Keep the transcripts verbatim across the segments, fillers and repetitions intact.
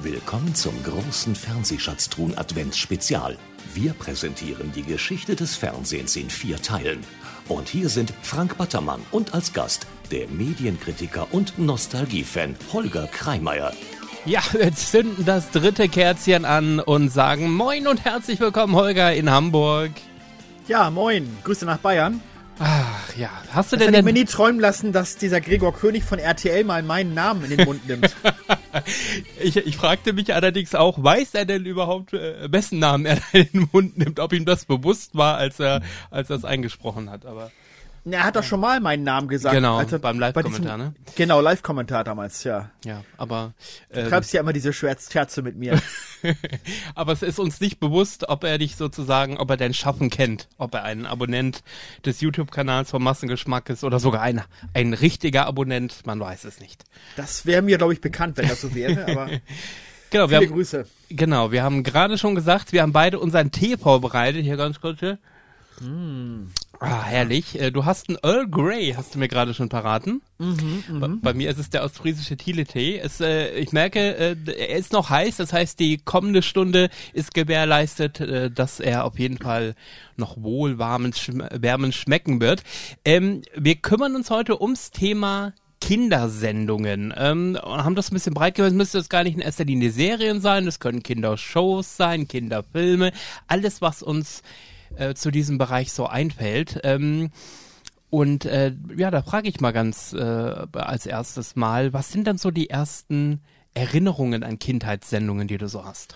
Willkommen zum großen Fernsehschatztruhen-Advents-Spezial. Wir präsentieren die Geschichte des Fernsehens in vier Teilen. Und hier sind Frank Battermann und als Gast der Medienkritiker und Nostalgiefan Holger Kreimeier. Ja, wir zünden das dritte Kerzchen an und sagen Moin und herzlich willkommen, Holger, in Hamburg. Ja, moin. Grüße nach Bayern. Ach ja, hast du das denn... hätte ich mir nie träumen lassen, dass dieser Gregor König von R T L mal meinen Namen in den Mund nimmt. ich, ich fragte mich allerdings auch, weiß er denn überhaupt, äh, wessen Namen er in den Mund nimmt, ob ihm das bewusst war, als er als er es eingesprochen hat, aber... Er hat doch schon mal meinen Namen gesagt. Genau, als er, beim Live-Kommentar, bei diesem, ne? Genau, Live-Kommentar damals, ja. Ja, aber... Ähm, du treibst ja immer diese Scherze mit mir. Aber es ist uns nicht bewusst, ob er dich sozusagen, ob er dein Schaffen kennt, ob er ein Abonnent des YouTube-Kanals vom Massengeschmack ist oder sogar ein, ein richtiger Abonnent, man weiß es nicht. Das wäre mir, glaube ich, bekannt, wenn das so wäre, aber... Genau, wir viele haben, Grüße. Genau, wir haben gerade schon gesagt, wir haben beide unseren Tee vorbereitet, hier ganz kurz hier. Mm. Ah, herrlich. Du hast einen Earl Grey, hast du mir gerade schon verraten. Mhm, bei, bei mir ist es der ostfriesische Thiele-Tee. Es, äh, ich merke, äh, er ist noch heiß, das heißt, die kommende Stunde ist gewährleistet, äh, dass er auf jeden Fall noch wohl warmend, schm- wärmend schmecken wird. Ähm, wir kümmern uns heute ums Thema Kindersendungen. Ähm, haben das ein bisschen breit gemacht. Es müsste das gar nicht in erster Linie Serien sein, das können Kindershows sein, Kinderfilme, alles, was uns Äh, zu diesem Bereich so einfällt. Ähm, und äh, ja, da frage ich mal ganz äh, als erstes Mal, was sind denn so die ersten Erinnerungen an Kindheitssendungen, die du so hast?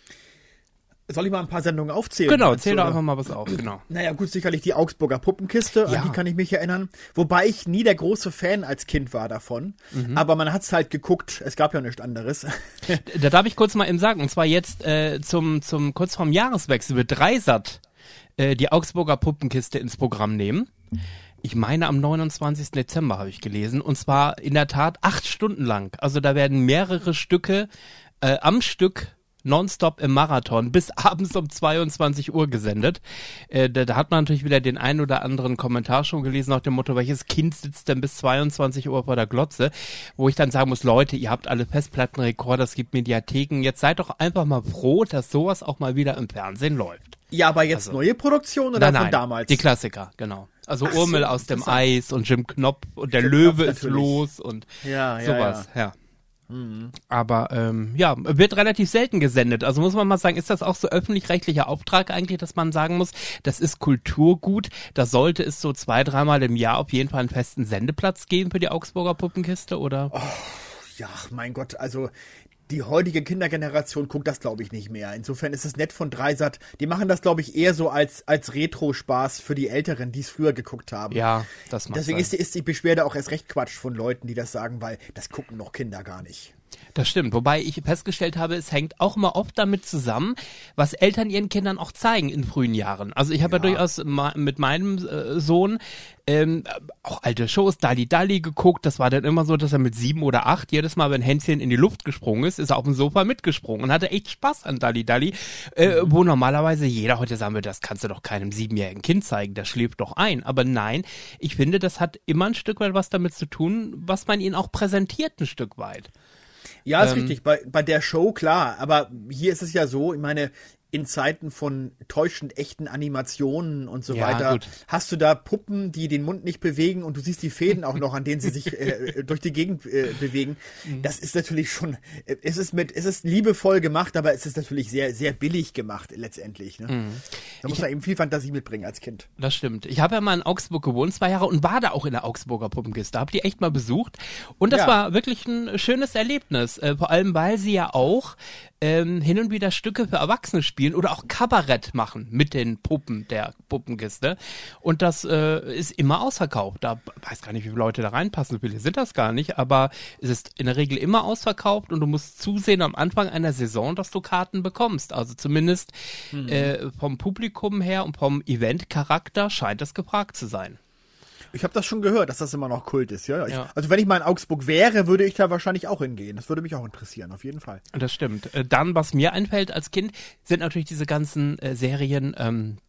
Soll ich mal ein paar Sendungen aufzählen? Genau, zähl doch einfach mal was auf, genau. Naja, gut, sicherlich die Augsburger Puppenkiste, Ja. an die kann ich mich erinnern. Wobei ich nie der große Fan als Kind war davon. Mhm. Aber man hat's halt geguckt, es gab ja nichts anderes. Da darf ich kurz mal eben sagen, und zwar jetzt äh, zum, zum kurz vorm Jahreswechsel wird Dreisat äh, die Augsburger Puppenkiste ins Programm nehmen. Ich meine, am neunundzwanzigsten Dezember habe ich gelesen. Und zwar in der Tat acht Stunden lang. Also da werden mehrere Stücke äh, am Stück nonstop im Marathon bis abends um zweiundzwanzig Uhr gesendet. Äh, da, da hat man natürlich wieder den einen oder anderen Kommentar schon gelesen nach dem Motto, welches Kind sitzt denn bis zweiundzwanzig Uhr vor der Glotze? Wo ich dann sagen muss, Leute, ihr habt alle Festplattenrekorder, es gibt Mediatheken, jetzt seid doch einfach mal froh, dass sowas auch mal wieder im Fernsehen läuft. Ja, aber jetzt Also, neue Produktion oder nein, von nein, damals? die Klassiker, genau. Also Ach so, Urmel aus dem interessant. Eis und Jim Knopf und der Jim Löwe Knopf ist natürlich. los und Ja, ja, sowas, ja. ja. Mhm. Aber ähm, ja, wird relativ selten gesendet. Also muss man mal sagen, ist das auch so öffentlich-rechtlicher Auftrag eigentlich, dass man sagen muss, das ist Kulturgut, da sollte es so zwei, dreimal im Jahr auf jeden Fall einen festen Sendeplatz geben für die Augsburger Puppenkiste, oder? Oh, ja, mein Gott, also die heutige Kindergeneration guckt das, glaube ich, nicht mehr. Insofern ist es nett von Dreisat. Die machen das, glaube ich, eher so als, als Retro-Spaß für die Älteren, die es früher geguckt haben. Ja, das macht Deswegen sein. ist die, ist die Beschwerde auch erst recht Quatsch von Leuten, die das sagen, weil das gucken noch Kinder gar nicht. Das stimmt, wobei ich festgestellt habe, es hängt auch immer oft damit zusammen, was Eltern ihren Kindern auch zeigen in frühen Jahren. Also ich habe ja. ja durchaus ma- mit meinem äh, Sohn ähm, auch alte Shows, Dalli Dalli geguckt. Das war dann immer so, dass er mit sieben oder acht jedes Mal, wenn Hänschen in die Luft gesprungen ist, ist er auf dem Sofa mitgesprungen und hatte echt Spaß an Dalli Dalli, äh, mhm. wo normalerweise jeder heute sagen würde, das kannst du doch keinem siebenjährigen Kind zeigen, der schläft doch ein. Aber nein, ich finde, das hat immer ein Stück weit was damit zu tun, was man ihnen auch präsentiert, ein Stück weit. Ja, ist Ähm, richtig. Bei, bei der Show, klar. Aber hier ist es ja so, ich meine, in Zeiten von täuschend echten Animationen und so Ja, weiter, gut. hast du da Puppen, die den Mund nicht bewegen und du siehst die Fäden auch noch, an denen sie sich äh, durch die Gegend äh, bewegen. Das ist natürlich schon, äh, es ist mit, es ist liebevoll gemacht, aber es ist natürlich sehr, sehr billig gemacht letztendlich. Ne? Mhm. Da muss Ich- man eben viel Fantasie mitbringen als Kind. Das stimmt. Ich habe ja mal in Augsburg gewohnt, zwei Jahre, und war da auch in der Augsburger Puppenkiste. Hab die echt mal besucht. Und das Ja. war wirklich ein schönes Erlebnis. Äh, vor allem, weil sie ja auch ähm, hin und wieder Stücke für Erwachsene spielen oder auch Kabarett machen mit den Puppen der Puppenkiste. Und das äh, ist immer ausverkauft. Da weiß gar nicht, wie viele Leute da reinpassen. So viele sind das gar nicht. Aber es ist in der Regel immer ausverkauft und du musst zusehen am Anfang einer Saison, dass du Karten bekommst. Also zumindest Mhm. äh, vom Publikum her und vom Event-Charakter scheint es gefragt zu sein. Ich habe das schon gehört, dass das immer noch Kult ist. Ja, ja. Ich, Ja. Also wenn ich mal in Augsburg wäre, würde ich da wahrscheinlich auch hingehen. Das würde mich auch interessieren, auf jeden Fall. Das stimmt. Äh, Dann, was mir einfällt als Kind, sind natürlich diese ganzen äh, Serien, ähm,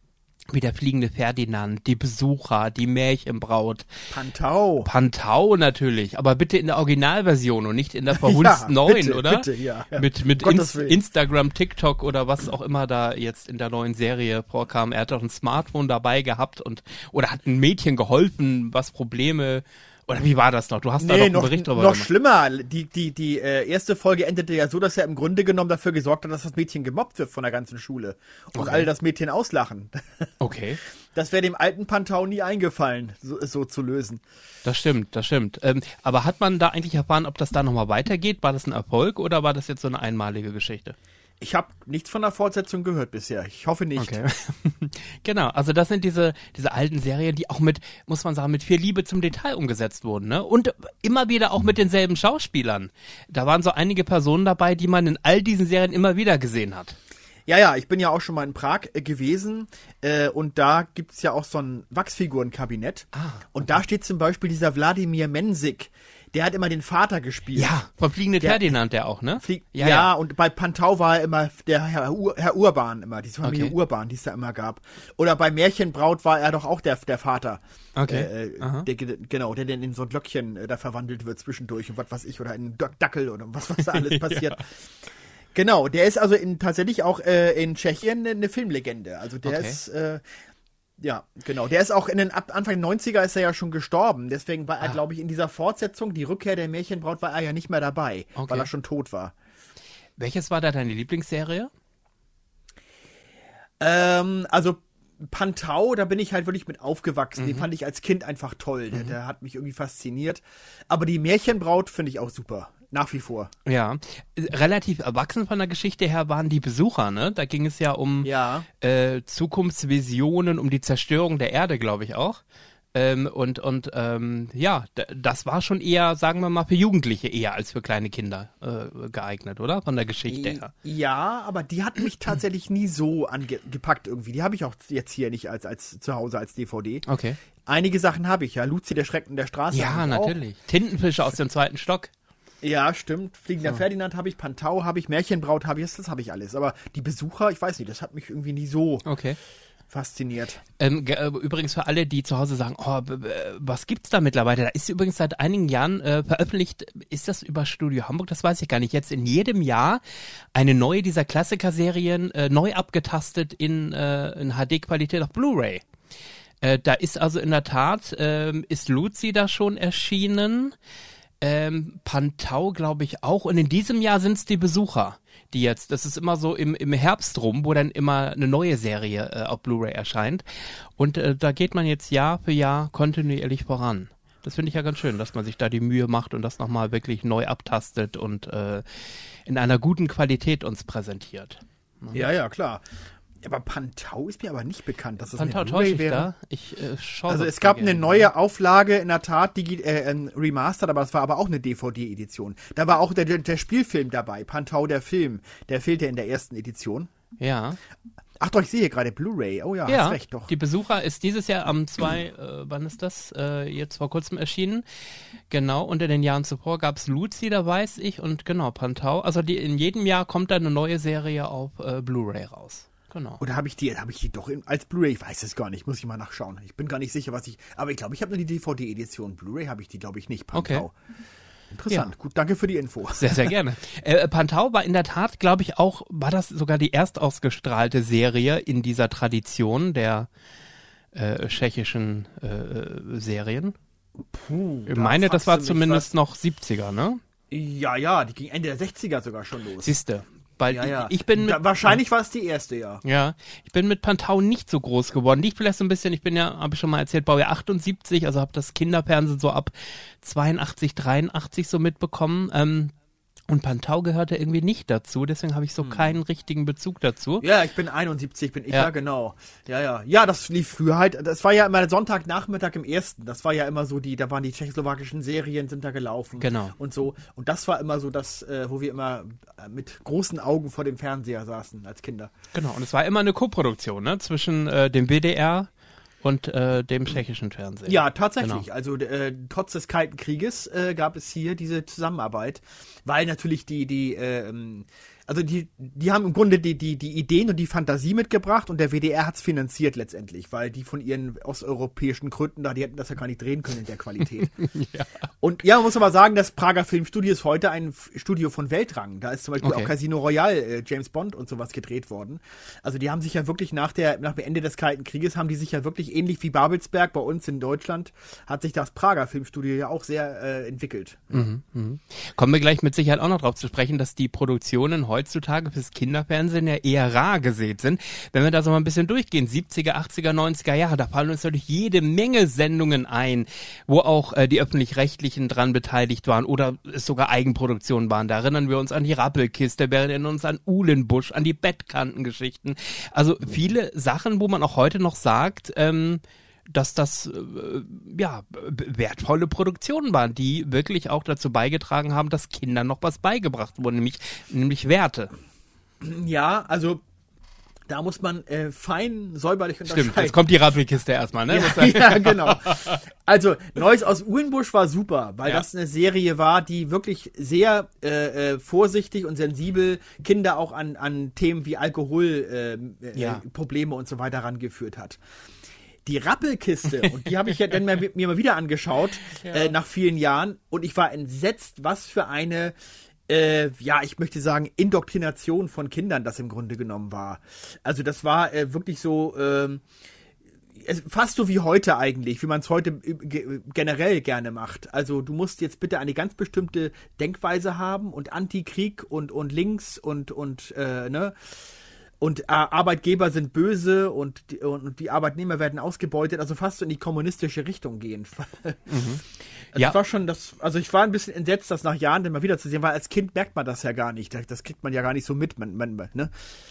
wie der fliegende Ferdinand, die Besucher, die Märchenbraut. Pantau. Pantau natürlich, aber bitte in der Originalversion und nicht in der verhunzten ja, neuen, bitte, oder? Bitte, ja. ja. Mit, mit Um Inst- Instagram, TikTok oder was auch immer da jetzt in der neuen Serie vorkam. Er hat doch ein Smartphone dabei gehabt und oder hat ein Mädchen geholfen, was Probleme. Oder wie war das noch? Du hast nee, da doch einen noch, Bericht drüber noch gemacht. schlimmer. Die, die, die äh, erste Folge endete ja so, dass er im Grunde genommen dafür gesorgt hat, dass das Mädchen gemobbt wird von der ganzen Schule. Und Okay. alle das Mädchen auslachen. Okay, Das wäre dem alten Pantau nie eingefallen, so, so zu lösen. das stimmt, das stimmt. Ähm, aber hat man da eigentlich erfahren, ob das da nochmal weitergeht? War das ein Erfolg oder war das jetzt so eine einmalige Geschichte? Ich habe nichts von der Fortsetzung gehört bisher. Ich hoffe nicht. Okay. Genau, also das sind diese diese alten Serien, die auch mit, muss man sagen, mit viel Liebe zum Detail umgesetzt wurden, ne? Und immer wieder auch mit denselben Schauspielern. Da waren so einige Personen dabei, die man in all diesen Serien immer wieder gesehen hat. Ja, ja, ich bin ja auch schon mal in Prag äh, gewesen äh, und da gibt's ja auch so ein Wachsfigurenkabinett. Ah, okay. Und da steht zum Beispiel dieser Wladimir Mensik. Der hat immer den Vater gespielt. Ja, vom fliegenden Der- Ferdinand der auch, ne? Flieg Ja, ja, ja. und bei Pantau war er immer der Herr, Ur Herr Urban immer, diese Familie Okay. Urban, die es da immer gab. Oder bei Märchenbraut war er doch auch der, der Vater. Okay. Äh, Aha. der, genau, der dann in so ein Glöckchen äh, da verwandelt wird zwischendurch und was weiß ich, oder in einen Dac- Dackel oder was, was da alles passiert. Genau, der ist also in, tatsächlich auch äh, in Tschechien eine, eine Filmlegende. Also der Okay. ist, äh, ja, genau. Der ist auch in den ab Anfang der neunziger ist er ja schon gestorben. Deswegen war er, Ah. glaube ich, in dieser Fortsetzung, die Rückkehr der Märchenbraut, war er ja nicht mehr dabei, Okay. weil er schon tot war. Welches war da deine Lieblingsserie? Ähm, also Pantau, da bin ich halt wirklich mit aufgewachsen. Mhm. Den fand ich als Kind einfach toll. Der, der hat mich irgendwie fasziniert. Aber die Märchenbraut finde ich auch super. Nach wie vor. Ja, relativ erwachsen von der Geschichte her waren die Besucher, ne? Da ging es ja um Ja. äh, Zukunftsvisionen, um die Zerstörung der Erde, glaube ich auch. Ähm, und und ähm, ja, d- das war schon eher, sagen wir mal, für Jugendliche eher als für kleine Kinder äh, geeignet, oder? Von der Geschichte her. Ja, aber die hat mich tatsächlich nie so angepackt irgendwie. Die habe ich auch jetzt hier nicht als, als zu Hause als D V D. Okay. Einige Sachen habe ich ja. Luzi, der Schrecken der Straße. Ja, hab ich auch. natürlich. Tintenfische aus dem zweiten Stock. Ja, stimmt. Fliegender Ferdinand habe ich, Pantau habe ich, Märchenbraut habe ich, das, das habe ich alles. Aber die Besucher, ich weiß nicht, das hat mich irgendwie nie so Okay. fasziniert. Ähm, ge- äh, übrigens für alle, die zu Hause sagen, oh, b- b- was gibt's da mittlerweile? Da ist übrigens seit einigen Jahren äh, veröffentlicht, ist das über Studio Hamburg? Das weiß ich gar nicht. Jetzt in jedem Jahr eine neue dieser Klassiker-Serien äh, neu abgetastet in, äh, in H D-Qualität auf Blu-ray. Äh, da ist also in der Tat, ähm, ist Luzi da schon erschienen, ähm, Pantau glaube ich auch und in diesem Jahr sind's die Besucher, die jetzt, das ist immer so im, im Herbst rum, wo dann immer eine neue Serie äh, auf Blu-ray erscheint und äh, da geht man jetzt Jahr für Jahr kontinuierlich voran. Das finde ich ja ganz schön, dass man sich da die Mühe macht und das nochmal wirklich neu abtastet und äh, in einer guten Qualität uns präsentiert. Ja, ja, klar. Aber Pantau ist mir aber nicht bekannt, dass das Pantau eine täusche Blu-ray ich wäre. da? Ich äh, schaue Also sonst es gab mal gerne. eine neue Auflage, in der Tat, die äh, ähm, remastered, aber es war aber auch eine D V D-Edition. Da war auch der, der, der Spielfilm dabei, Pantau der Film. Der fehlte in der ersten Edition. Ja. Ach doch, ich sehe hier gerade Blu-ray. Oh ja, Ja, hast recht, doch. die Besucher ist dieses Jahr am zwei, äh, wann ist das? Äh, jetzt vor kurzem erschienen. Genau, und in den Jahren zuvor gab's Luzi, da weiß ich, und genau, Pantau. Also die, in jedem Jahr kommt da eine neue Serie auf äh, Blu-ray raus. Genau. Oder habe ich die, habe ich die doch in, als Blu-ray? Ich weiß es gar nicht, muss ich mal nachschauen. Ich bin gar nicht sicher, was ich. Aber ich glaube, ich habe nur die D V D-Edition. Blu-ray habe ich die, glaube ich, nicht. Pantau. Interessant. Ja. Gut, danke für die Info. Sehr, sehr gerne. Äh, Pantau war in der Tat, glaube ich, auch, war das sogar die erstausgestrahlte Serie in dieser Tradition der äh, tschechischen äh, Serien. Puh, Ich meine, das fragst war du mich zumindest noch siebziger, ne? was. Ja, ja, die ging Ende der sechziger sogar schon los. Siehste. Weil ja, ja. ich, ich bin mit, da, wahrscheinlich war es die erste, ja. Ja, ich bin mit Pantau nicht so groß geworden. Liegt vielleicht so ein bisschen, ich bin ja, habe ich schon mal erzählt, Baujahr achtundsiebzig, also habe das Kinderfernsehen so ab zweiundachtzig, dreiundachtzig so mitbekommen. Ähm, und Pantau gehörte irgendwie nicht dazu, deswegen habe ich so keinen richtigen Bezug dazu. Ja, ich bin einundsiebzig, bin ich Ja. ja. genau. Ja, ja. Ja, das lief früher halt. Das war ja immer Sonntagnachmittag im ersten. Das war ja immer so die, da waren die tschechoslowakischen Serien, sind da gelaufen. Genau. Und so. Und das war immer so das, äh, wo wir immer äh, mit großen Augen vor dem Fernseher saßen als Kinder. Genau, und es war immer eine Koproduktion, ne, zwischen äh, dem W D R und äh, dem tschechischen Fernsehen. Ja, tatsächlich. Genau. Also äh, trotz des Kalten Krieges äh, gab es hier diese Zusammenarbeit, weil natürlich die die ähm, also die, die haben im Grunde die, die, die Ideen und die Fantasie mitgebracht und der W D R hat's finanziert letztendlich, weil die von ihren osteuropäischen Gründen da, die hätten das ja gar nicht drehen können in der Qualität. ja. Und ja, man muss aber sagen, das Prager Filmstudio ist heute ein Studio von Weltrang. Da ist zum Beispiel okay. auch Casino Royale, äh, James Bond und sowas gedreht worden. Also die haben sich ja wirklich nach der, nach dem Ende des Kalten Krieges haben die sich ja wirklich ähnlich wie Babelsberg bei uns in Deutschland, hat sich das Prager Filmstudio ja auch sehr äh, entwickelt. Mhm, mh. Kommen wir gleich mit Sicherheit auch noch drauf zu sprechen, dass die Produktionen heutzutage fürs Kinderfernsehen ja eher rar gesät sind. Wenn wir da so mal ein bisschen durchgehen, siebziger, achtziger, neunziger Jahre, da fallen uns natürlich jede Menge Sendungen ein, wo auch äh, die Öffentlich-Rechtlichen dran beteiligt waren oder es sogar Eigenproduktionen waren. Da erinnern wir uns an die Rappelkiste, wir erinnern uns an Uhlenbusch, an die Bettkantengeschichten. Also viele Sachen, wo man auch heute noch sagt, ähm, dass das äh, ja wertvolle Produktionen waren, die wirklich auch dazu beigetragen haben, dass Kindern noch was beigebracht wurde, nämlich, nämlich Werte. Ja, also da muss man äh, fein säuberlich unterscheiden. Stimmt, jetzt kommt die Rappelkiste erstmal, ne? Ja, ja, genau. Also, Neues aus Uhlenbusch war super, weil ja. das eine Serie war, die wirklich sehr äh, äh, vorsichtig und sensibel Kinder auch an, an Themen wie Alkoholprobleme äh, ja. äh, Probleme und so weiter rangeführt hat. Die Rappelkiste, und die habe ich ja dann mal, mir mal wieder angeschaut, ja. äh, nach vielen Jahren, und ich war entsetzt, was für eine, äh, ja, ich möchte sagen, Indoktrination von Kindern das im Grunde genommen war. Also das war äh, wirklich so, ähm, fast so wie heute eigentlich, wie man es heute g- generell gerne macht. Also du musst jetzt bitte eine ganz bestimmte Denkweise haben und Antikrieg und, und links und, und äh, ne, und äh, Arbeitgeber sind böse und die, und die Arbeitnehmer werden ausgebeutet, also fast so in die kommunistische Richtung gehen. Mhm. Also ja. Ich war schon das, also ich war ein bisschen entsetzt, das nach Jahren dann mal wieder zu sehen, weil als Kind merkt man das ja gar nicht. Das kriegt man ja gar nicht so mit, man, man, ne?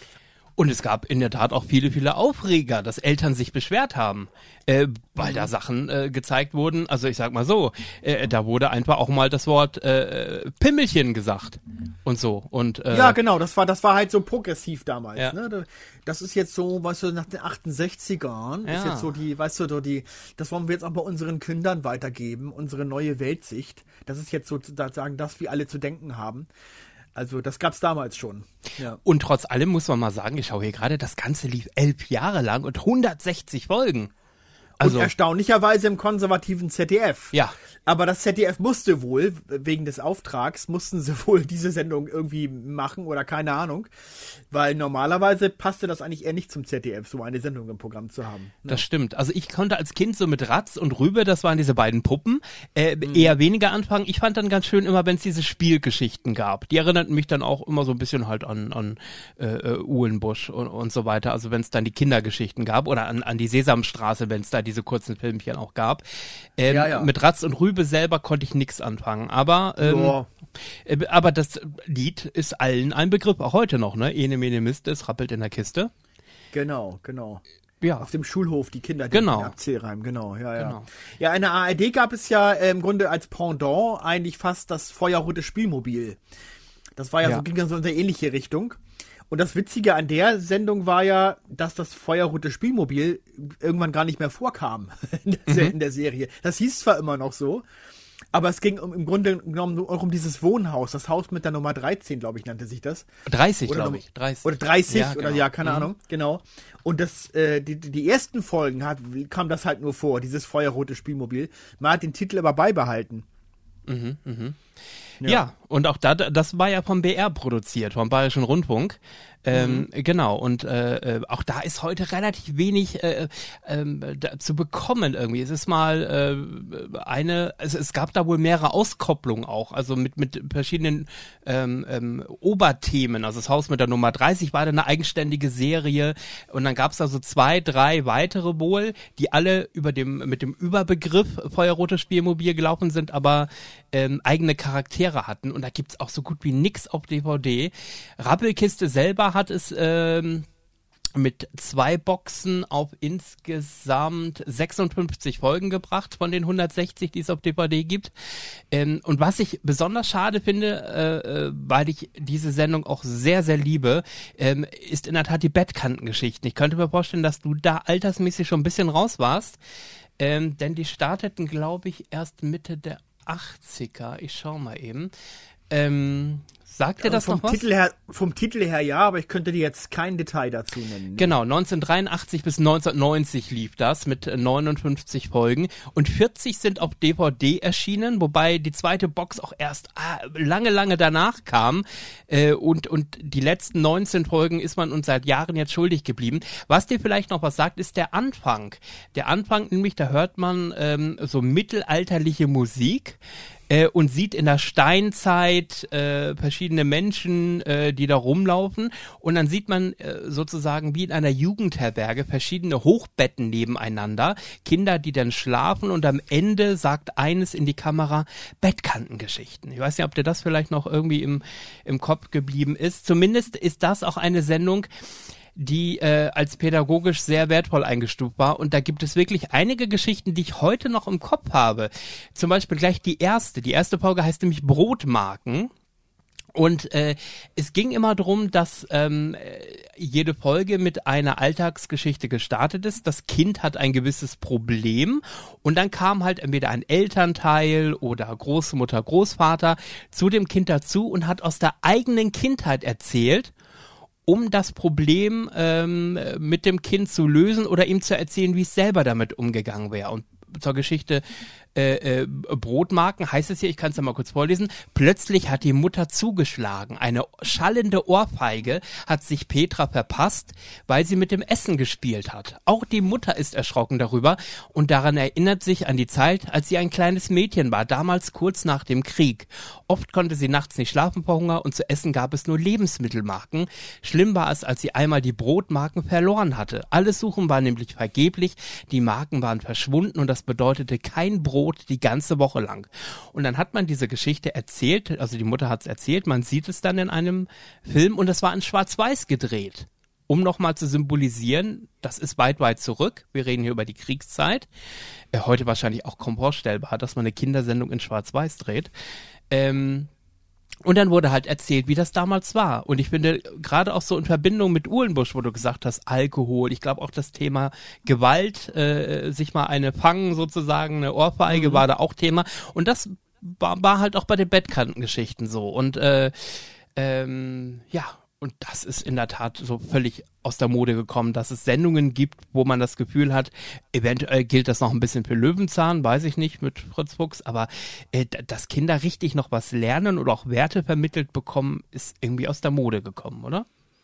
Und es gab in der Tat auch viele, viele Aufreger, dass Eltern sich beschwert haben, äh, weil da Sachen äh, gezeigt wurden. Also ich sag mal so, äh, da wurde einfach auch mal das Wort äh, Pimmelchen gesagt und so. Und äh, ja, genau, das war das war halt so progressiv damals. Ja. Ne? Das ist jetzt so, weißt du, nach den achtundsechzigern ja. ist jetzt so die, weißt du, so die, das wollen wir jetzt auch bei unseren Kindern weitergeben, unsere neue Weltsicht. Das ist jetzt sozusagen das, wie alle zu denken haben. Also das gab's damals schon. Ja. Und trotz allem muss man mal sagen, ich schaue hier gerade, das Ganze lief elf Jahre lang und hundertsechzig Folgen. Also, und erstaunlicherweise im konservativen Z D F. Ja. Aber das Z D F musste wohl, wegen des Auftrags, mussten sie wohl diese Sendung irgendwie machen oder keine Ahnung. Weil normalerweise passte das eigentlich eher nicht zum Z D F, so eine Sendung im Programm zu haben. Das ja. stimmt. Also ich konnte als Kind so mit Ratz und Rübe, das waren diese beiden Puppen, äh, mhm. eher weniger anfangen. Ich fand dann ganz schön immer, wenn es diese Spielgeschichten gab. Die erinnerten mich dann auch immer so ein bisschen halt an, an äh, Uhlenbusch und, und so weiter. Also wenn es dann die Kindergeschichten gab oder an, an die Sesamstraße, wenn es da diese kurzen Filmchen auch gab. Ähm, ja, ja. Mit Ratz und Rübe selber konnte ich nichts anfangen. Aber ähm, äh, aber das Lied ist allen ein Begriff, auch heute noch, ne? Ene mene Mist, es rappelt in der Kiste. Genau, genau. Ja. Auf dem Schulhof, die Kinder, die genau. den Abzählreim, genau, ja, ja. Genau. Ja, in der A R D gab es ja äh, im Grunde als Pendant eigentlich fast das Feuerrote Spielmobil. Das war ja, ja. so, ging ja so in eine ähnliche Richtung. Und das Witzige an der Sendung war ja, dass das Feuerrote Spielmobil irgendwann gar nicht mehr vorkam in der, mhm. in der Serie. Das hieß zwar immer noch so, aber es ging um, im Grunde genommen auch um dieses Wohnhaus, das Haus mit der Nummer dreizehn, glaube ich, nannte sich das. dreißig, glaube ich. dreißig. Oder dreißig, ja, genau. oder ja, keine mhm. Ahnung, genau. Und das, äh, die, die ersten Folgen hat, kam das halt nur vor, dieses Feuerrote Spielmobil. Man hat den Titel aber beibehalten. Mhm, mhm. Ja. ja, und auch da, das war ja vom B R produziert, vom Bayerischen Rundfunk. Ähm, mhm. Genau, und äh, auch da ist heute relativ wenig äh, ähm, da, zu bekommen irgendwie. Es ist mal äh, eine, es, es gab da wohl mehrere Auskopplungen auch, also mit mit verschiedenen ähm, ähm, Oberthemen. Also das Haus mit der Nummer dreißig war da eine eigenständige Serie und dann gab es da so zwei, drei weitere wohl, die alle über dem mit dem Überbegriff Feuerrotes Spielmobil gelaufen sind, aber ähm, eigene Charaktere hatten und da gibt's auch so gut wie nix auf D V D. Rappelkiste selber hat es ähm, mit zwei Boxen auf insgesamt sechsundfünfzig Folgen gebracht von den hundertsechzig, die es auf D V D gibt. Ähm, und was ich besonders schade finde, äh, weil ich diese Sendung auch sehr, sehr liebe, ähm, ist in der Tat die Bettkantengeschichten. Ich könnte mir vorstellen, dass du da altersmäßig schon ein bisschen raus warst, ähm, denn die starteten, glaube ich, erst Mitte der achtziger. Ich schau mal eben. Ähm, sagt dir das vom noch was? Titel her, vom Titel her ja, aber ich könnte dir jetzt kein Detail dazu nennen. Genau, neunzehnhundertdreiundachtzig bis neunzehnhundertneunzig lief das mit neunundfünfzig Folgen und vierzig sind auf D V D erschienen, wobei die zweite Box auch erst ah, lange, lange danach kam äh, und, und die letzten neunzehn Folgen ist man uns seit Jahren jetzt schuldig geblieben. Was dir vielleicht noch was sagt, ist der Anfang. Der Anfang, nämlich da hört man ähm, so mittelalterliche Musik. Äh, und sieht in der Steinzeit äh, verschiedene Menschen, äh, die da rumlaufen und dann sieht man äh, sozusagen wie in einer Jugendherberge verschiedene Hochbetten nebeneinander, Kinder, die dann schlafen und am Ende sagt eines in die Kamera Bettkantengeschichten. Ich weiß nicht, ob dir das vielleicht noch irgendwie im, im Kopf geblieben ist. Zumindest ist das auch eine Sendung, die äh, als pädagogisch sehr wertvoll eingestuft war. Und da gibt es wirklich einige Geschichten, die ich heute noch im Kopf habe. Zum Beispiel gleich die erste. Die erste Folge heißt nämlich Brotmarken. Und äh, es ging immer darum, dass ähm, jede Folge mit einer Alltagsgeschichte gestartet ist. Das Kind hat ein gewisses Problem und dann kam halt entweder ein Elternteil oder Großmutter, Großvater zu dem Kind dazu und hat aus der eigenen Kindheit erzählt, um das Problem ähm, mit dem Kind zu lösen oder ihm zu erzählen, wie es selber damit umgegangen wäre. Und zur Geschichte äh, äh, Brotmarken heißt es hier, ich kann es ja mal kurz vorlesen, plötzlich hat die Mutter zugeschlagen. Eine schallende Ohrfeige hat sich Petra verpasst, weil sie mit dem Essen gespielt hat. Auch die Mutter ist erschrocken darüber und daran erinnert sich an die Zeit, als sie ein kleines Mädchen war, damals kurz nach dem Krieg. Oft konnte sie nachts nicht schlafen vor Hunger und zu essen gab es nur Lebensmittelmarken. Schlimm war es, als sie einmal die Brotmarken verloren hatte. Alles Suchen war nämlich vergeblich, die Marken waren verschwunden und das bedeutete kein Brot die ganze Woche lang. Und dann hat man diese Geschichte erzählt, also die Mutter hat es erzählt, man sieht es dann in einem Film und es war in Schwarz-Weiß gedreht. Um nochmal zu symbolisieren, das ist weit, weit zurück. Wir reden hier über die Kriegszeit. Äh, heute wahrscheinlich auch kaum vorstellbar, dass man eine Kindersendung in Schwarz-Weiß dreht. Ähm, Und dann wurde halt erzählt, wie das damals war. Und ich finde, gerade auch so in Verbindung mit Uhlenbusch, wo du gesagt hast, Alkohol, ich glaube auch das Thema Gewalt, äh, sich mal eine fangen sozusagen, eine Ohrfeige mhm. war da auch Thema. Und das war, war halt auch bei den Bettkantengeschichten so. Und äh, ähm, ja, und das ist in der Tat so völlig aus der Mode gekommen, dass es Sendungen gibt, wo man das Gefühl hat, eventuell gilt das noch ein bisschen für Löwenzahn, weiß ich nicht, mit Fritz Fuchs, aber äh, dass Kinder richtig noch was lernen oder auch Werte vermittelt bekommen, ist irgendwie aus der Mode gekommen, oder?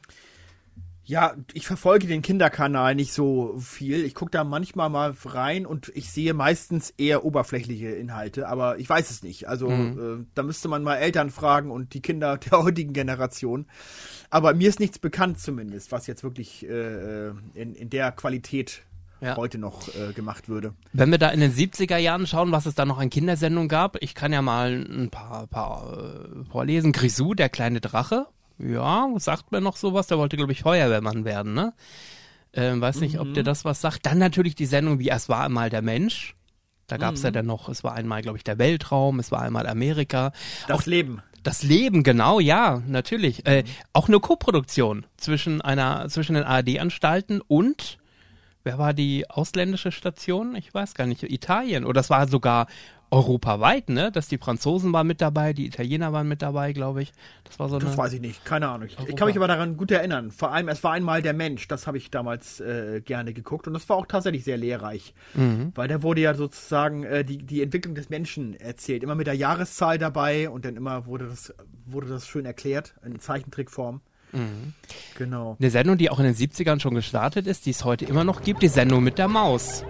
Ja, ich verfolge den Kinderkanal nicht so viel. Ich gucke da manchmal mal rein und ich sehe meistens eher oberflächliche Inhalte, aber ich weiß es nicht. Also mhm. äh, da müsste man mal Eltern fragen und die Kinder der heutigen Generation. Aber mir ist nichts bekannt zumindest, was jetzt wirklich äh, in, in der Qualität ja. heute noch äh, gemacht würde. Wenn wir da in den siebziger Jahren schauen, was es da noch an Kindersendungen gab, ich kann ja mal ein paar, paar äh, vorlesen. Grisou, der kleine Drache. Ja, sagt mir noch sowas, der wollte, glaube ich, Feuerwehrmann werden, ne? Ähm, weiß nicht, mhm. ob dir das was sagt. Dann natürlich die Sendung, wie es war einmal der Mensch. Da gab es mhm. ja dann noch, es war einmal, glaube ich, der Weltraum, es war einmal Amerika. Das auch Leben. Das Leben, genau, ja, natürlich. Mhm. Äh, auch eine Koproduktion zwischen einer, zwischen den A R D-Anstalten und, wer war die ausländische Station? Ich weiß gar nicht, Italien. Oder das war sogar europaweit, ne? Dass die Franzosen waren mit dabei, die Italiener waren mit dabei, glaube ich. Das war so Das eine weiß ich nicht, keine Ahnung. Ich, ich kann mich aber daran gut erinnern. Vor allem, es war einmal der Mensch, das habe ich damals äh, gerne geguckt und das war auch tatsächlich sehr lehrreich. Mhm. Weil da wurde ja sozusagen äh, die, die Entwicklung des Menschen erzählt. Immer mit der Jahreszahl dabei und dann immer wurde das, wurde das schön erklärt, in Zeichentrickform. Mhm. Genau. Eine Sendung, die auch in den siebzigern schon gestartet ist, die es heute immer noch gibt, die Sendung mit der Maus.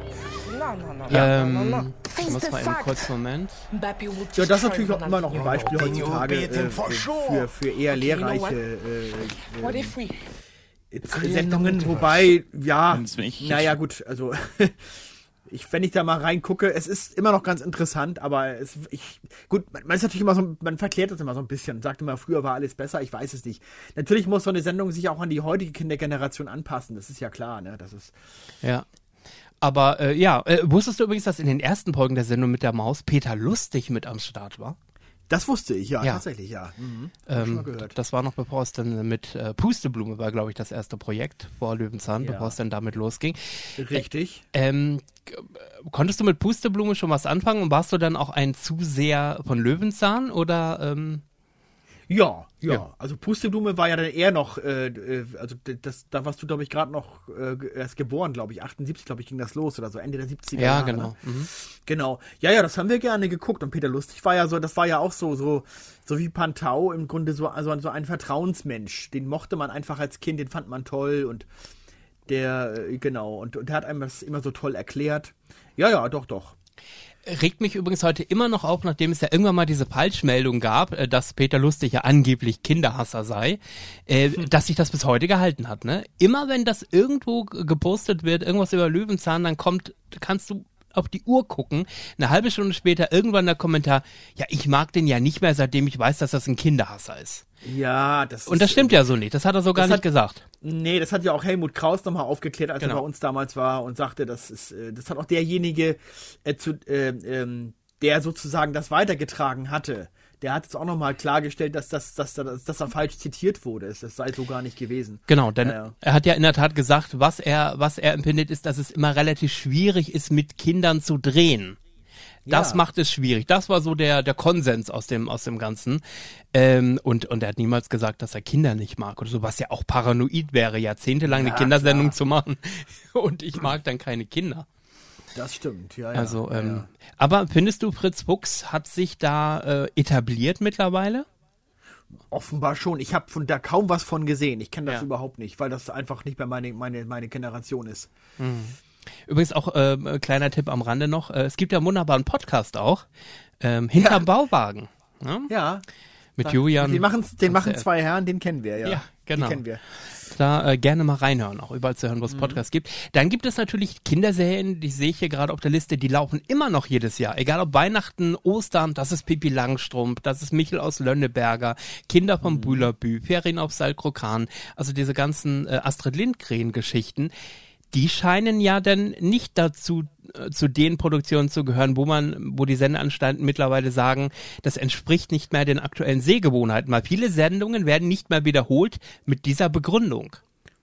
Ähm, ich muss mal eben kurz Moment. Ja, das ist natürlich auch immer noch ein Beispiel heutzutage äh, für, für eher lehrreiche äh, äh, Sendungen, wobei, ja, naja gut, also ich, wenn ich da mal reingucke, es ist immer noch ganz interessant, aber es, ich, gut, man, man ist natürlich immer so, man verklärt das immer so ein bisschen, sagt immer, früher war alles besser, ich weiß es nicht. Natürlich muss so eine Sendung sich auch an die heutige Kindergeneration anpassen, das ist ja klar, ne, das ist... Ja. Aber äh, ja, äh, wusstest du übrigens, dass in den ersten Folgen der Sendung mit der Maus Peter Lustig mit am Start war? Das wusste ich, ja, ja. tatsächlich, ja. Mhm. Ähm, schon mal gehört. Das war noch bevor es dann mit äh, Pusteblume war, glaube ich, das erste Projekt vor Löwenzahn, ja. bevor es dann damit losging. Richtig. Äh, ähm, konntest du mit Pusteblume schon was anfangen und warst du dann auch ein Zuseher von Löwenzahn oder... Ähm Ja, ja, Ja. also Pusteblume war ja dann eher noch, äh, äh, also d- das, da warst du, glaube ich, gerade noch äh, ge- erst geboren, glaube ich, achtundsiebzig, glaube ich, ging das los oder so, Ende der siebziger Ja, Jahre. genau. Ne? Mhm. Genau. Ja, ja, das haben wir gerne geguckt und Peter Lustig war ja so, das war ja auch so, so, so wie Pantau im Grunde so, also so ein Vertrauensmensch, den mochte man einfach als Kind, den fand man toll und der, äh, genau, und, und der hat einem das immer so toll erklärt. Ja, ja, doch, doch. Regt mich übrigens heute immer noch auf, nachdem es ja irgendwann mal diese Falschmeldung gab, äh, dass Peter Lustig ja angeblich Kinderhasser sei, äh, Hm. dass sich das bis heute gehalten hat. Ne? Immer wenn das irgendwo g- gepostet wird, irgendwas über Löwenzahn, dann kommt, kannst du auf die Uhr gucken, eine halbe Stunde später irgendwann der Kommentar, ja, ich mag den ja nicht mehr, seitdem ich weiß, dass das ein Kinderhasser ist. Ja, das Und das ist, stimmt ja so nicht, das hat er so gar das nicht hat- gesagt. Nee, das hat ja auch Helmut Kraus nochmal aufgeklärt, als Genau. er bei uns damals war und sagte, das ist, äh, das hat auch derjenige, äh, zu, äh, ähm, der sozusagen das weitergetragen hatte, der hat es auch nochmal klargestellt, dass das, dass, dass, dass er falsch zitiert wurde. Das sei so gar nicht gewesen. Genau, denn Ja, ja. er hat ja in der Tat gesagt, was er, was er empfindet, ist, dass es immer relativ schwierig ist, mit Kindern zu drehen. Das Ja. macht es schwierig. Das war so der, der Konsens aus dem, aus dem Ganzen. Ähm, und, und er hat niemals gesagt, dass er Kinder nicht mag oder so, was ja auch paranoid wäre, jahrzehntelang Ja, eine Kindersendung klar. zu machen. Und ich mag dann keine Kinder. Das stimmt, ja, ja. Also, ja, ähm, ja. aber findest du, Fritz Fuchs hat sich da äh, etabliert mittlerweile? Offenbar schon. Ich habe von da kaum was von gesehen. Ich kenne das Ja. überhaupt nicht, weil das einfach nicht mehr meine, meine, meine Generation ist. Übrigens auch äh, äh, kleiner Tipp am Rande noch, äh, es gibt ja einen wunderbaren Podcast auch, ähm, Hinterm Bauwagen. Ne? Ja. Mit Da- Julian. Den machen, den machen äh, zwei Herren, den kennen wir, ja. Ja, genau. Den kennen wir. Da äh, gerne mal reinhören, auch überall zu hören, Mhm. wo es Podcasts gibt. Dann gibt es natürlich Kinderserien, die sehe ich hier gerade auf der Liste, die laufen immer noch jedes Jahr. Egal ob Weihnachten, Ostern, das ist Pippi Langstrumpf, das ist Michel aus Lönneberger, Kinder vom Mhm. Bülabü, Ferien auf Saltkrokan, also diese ganzen äh, Astrid Lindgren-Geschichten. Die scheinen ja dann nicht dazu äh, zu den Produktionen zu gehören, wo man, wo die Sendeanstalten mittlerweile sagen, das entspricht nicht mehr den aktuellen Sehgewohnheiten, weil viele Sendungen werden nicht mehr wiederholt mit dieser Begründung.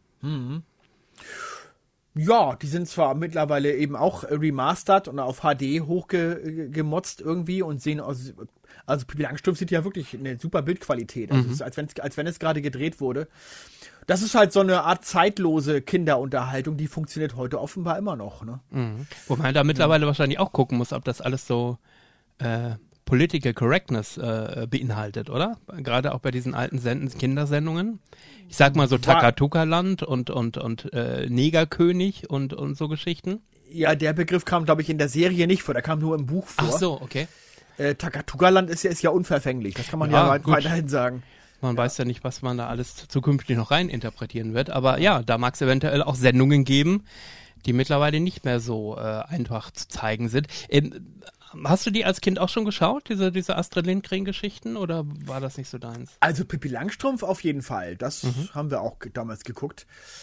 Ja, die sind zwar mittlerweile eben auch äh, remastered und auf H D hochgemotzt irgendwie und sehen aus. Also Pippi Langstrumpf sieht ja wirklich eine super Bildqualität. Also es ist, als, wenn's, als wenn es gerade gedreht wurde. Das ist halt so eine Art zeitlose Kinderunterhaltung, die funktioniert heute offenbar immer noch. Ne? Mhm. Wo man da mittlerweile wahrscheinlich auch gucken muss, ob das alles so äh, Political Correctness äh, beinhaltet, oder? Gerade auch bei diesen alten Senden, Kindersendungen. Ich sag mal so War- Takatuka-Land und, und, und äh, Negerkönig und, und so Geschichten. Ja, der Begriff kam, glaube ich, in der Serie nicht vor. Der kam nur im Buch vor. Ach so, okay. Äh, Takatuka-Land ist ja, ist ja unverfänglich. Das kann man Ja, ja, weit- gut. weiterhin sagen. Man weiß ja nicht, was man da alles zukünftig noch rein interpretieren wird. Aber ja, da mag es eventuell auch Sendungen geben, die mittlerweile nicht mehr so äh, einfach zu zeigen sind. Ähm, hast du die als Kind auch schon geschaut, diese, diese Astrid Lindgren-Geschichten, oder war das nicht so deins? Also Pippi Langstrumpf auf jeden Fall. Das Mhm. haben wir auch ge- damals geguckt.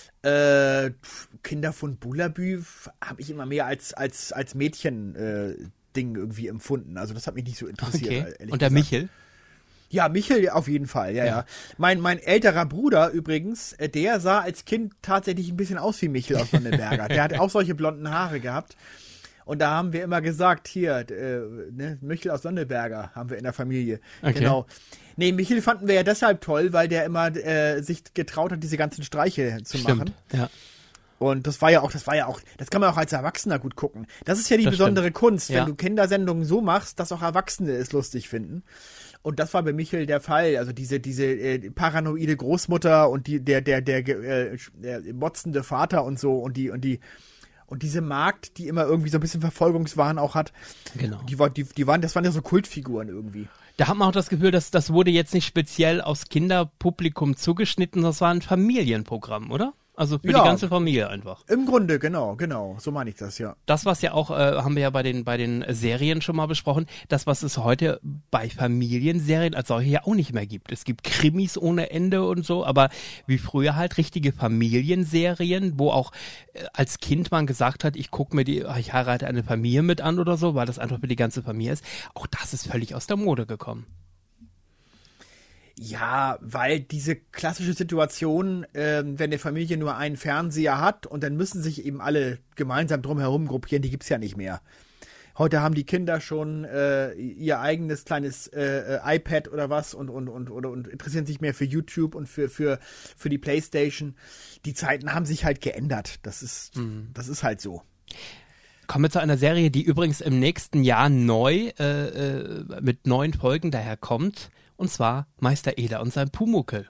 Äh, Kinder von Bülabü habe ich immer mehr als, als, als Mädchen-Ding irgendwie empfunden. Also das hat mich nicht so interessiert. Okay. ehrlich Und der gesagt. Michel? Ja, Michel auf jeden Fall, ja, Ja. ja. Mein, mein älterer Bruder übrigens, äh, der sah als Kind tatsächlich ein bisschen aus wie Michel aus Lönneberger. Der hat auch solche blonden Haare gehabt. Und da haben wir immer gesagt, hier, äh, ne, Michel aus Lönneberger haben wir in der Familie. Okay. Genau. Nee, Michel fanden wir ja deshalb toll, weil der immer äh, sich getraut hat, diese ganzen Streiche zu machen. ja. Und das war ja auch, das war ja auch, das kann man auch als Erwachsener gut gucken. Das ist ja die Das besondere stimmt. Kunst, wenn Ja. du Kindersendungen so machst, dass auch Erwachsene es lustig finden. Und das war bei Michel der Fall. Also diese, diese äh, paranoide Großmutter und die, der, der, der, äh, der motzende Vater und so und die, und die, und diese Magd, die immer irgendwie so ein bisschen Verfolgungswahn auch hat. Genau. Die, war- die, die waren, das waren ja so Kultfiguren irgendwie. Da hat man auch das Gefühl, dass das wurde jetzt nicht speziell aufs Kinderpublikum zugeschnitten, das war ein Familienprogramm, oder? Also für Ja. die ganze Familie einfach. Im Grunde, genau, genau. So meine ich das, ja. Das, was ja auch, äh, haben wir ja bei den, bei den Serien schon mal besprochen, das, was es heute bei Familienserien als solche ja auch nicht mehr gibt. Es gibt Krimis ohne Ende und so, aber wie früher halt richtige Familienserien, wo auch äh, als Kind man gesagt hat, ich gucke mir die, ich heirate eine Familie mit an oder so, weil das einfach für die ganze Familie ist. Auch das ist völlig aus der Mode gekommen. Ja, weil diese klassische Situation, ähm, wenn eine Familie nur einen Fernseher hat und dann müssen sich eben alle gemeinsam drumherum gruppieren, die gibt's ja nicht mehr. Heute haben die Kinder schon äh, ihr eigenes kleines äh, iPad oder was und und und oder und interessieren sich mehr für YouTube und für für für die PlayStation. Die Zeiten haben sich halt geändert. Das ist mhm. das ist halt so. Kommen wir zu einer Serie, die übrigens im nächsten Jahr neu äh, mit neun Folgen daherkommt, und zwar Meister Eder und sein Pumuckl.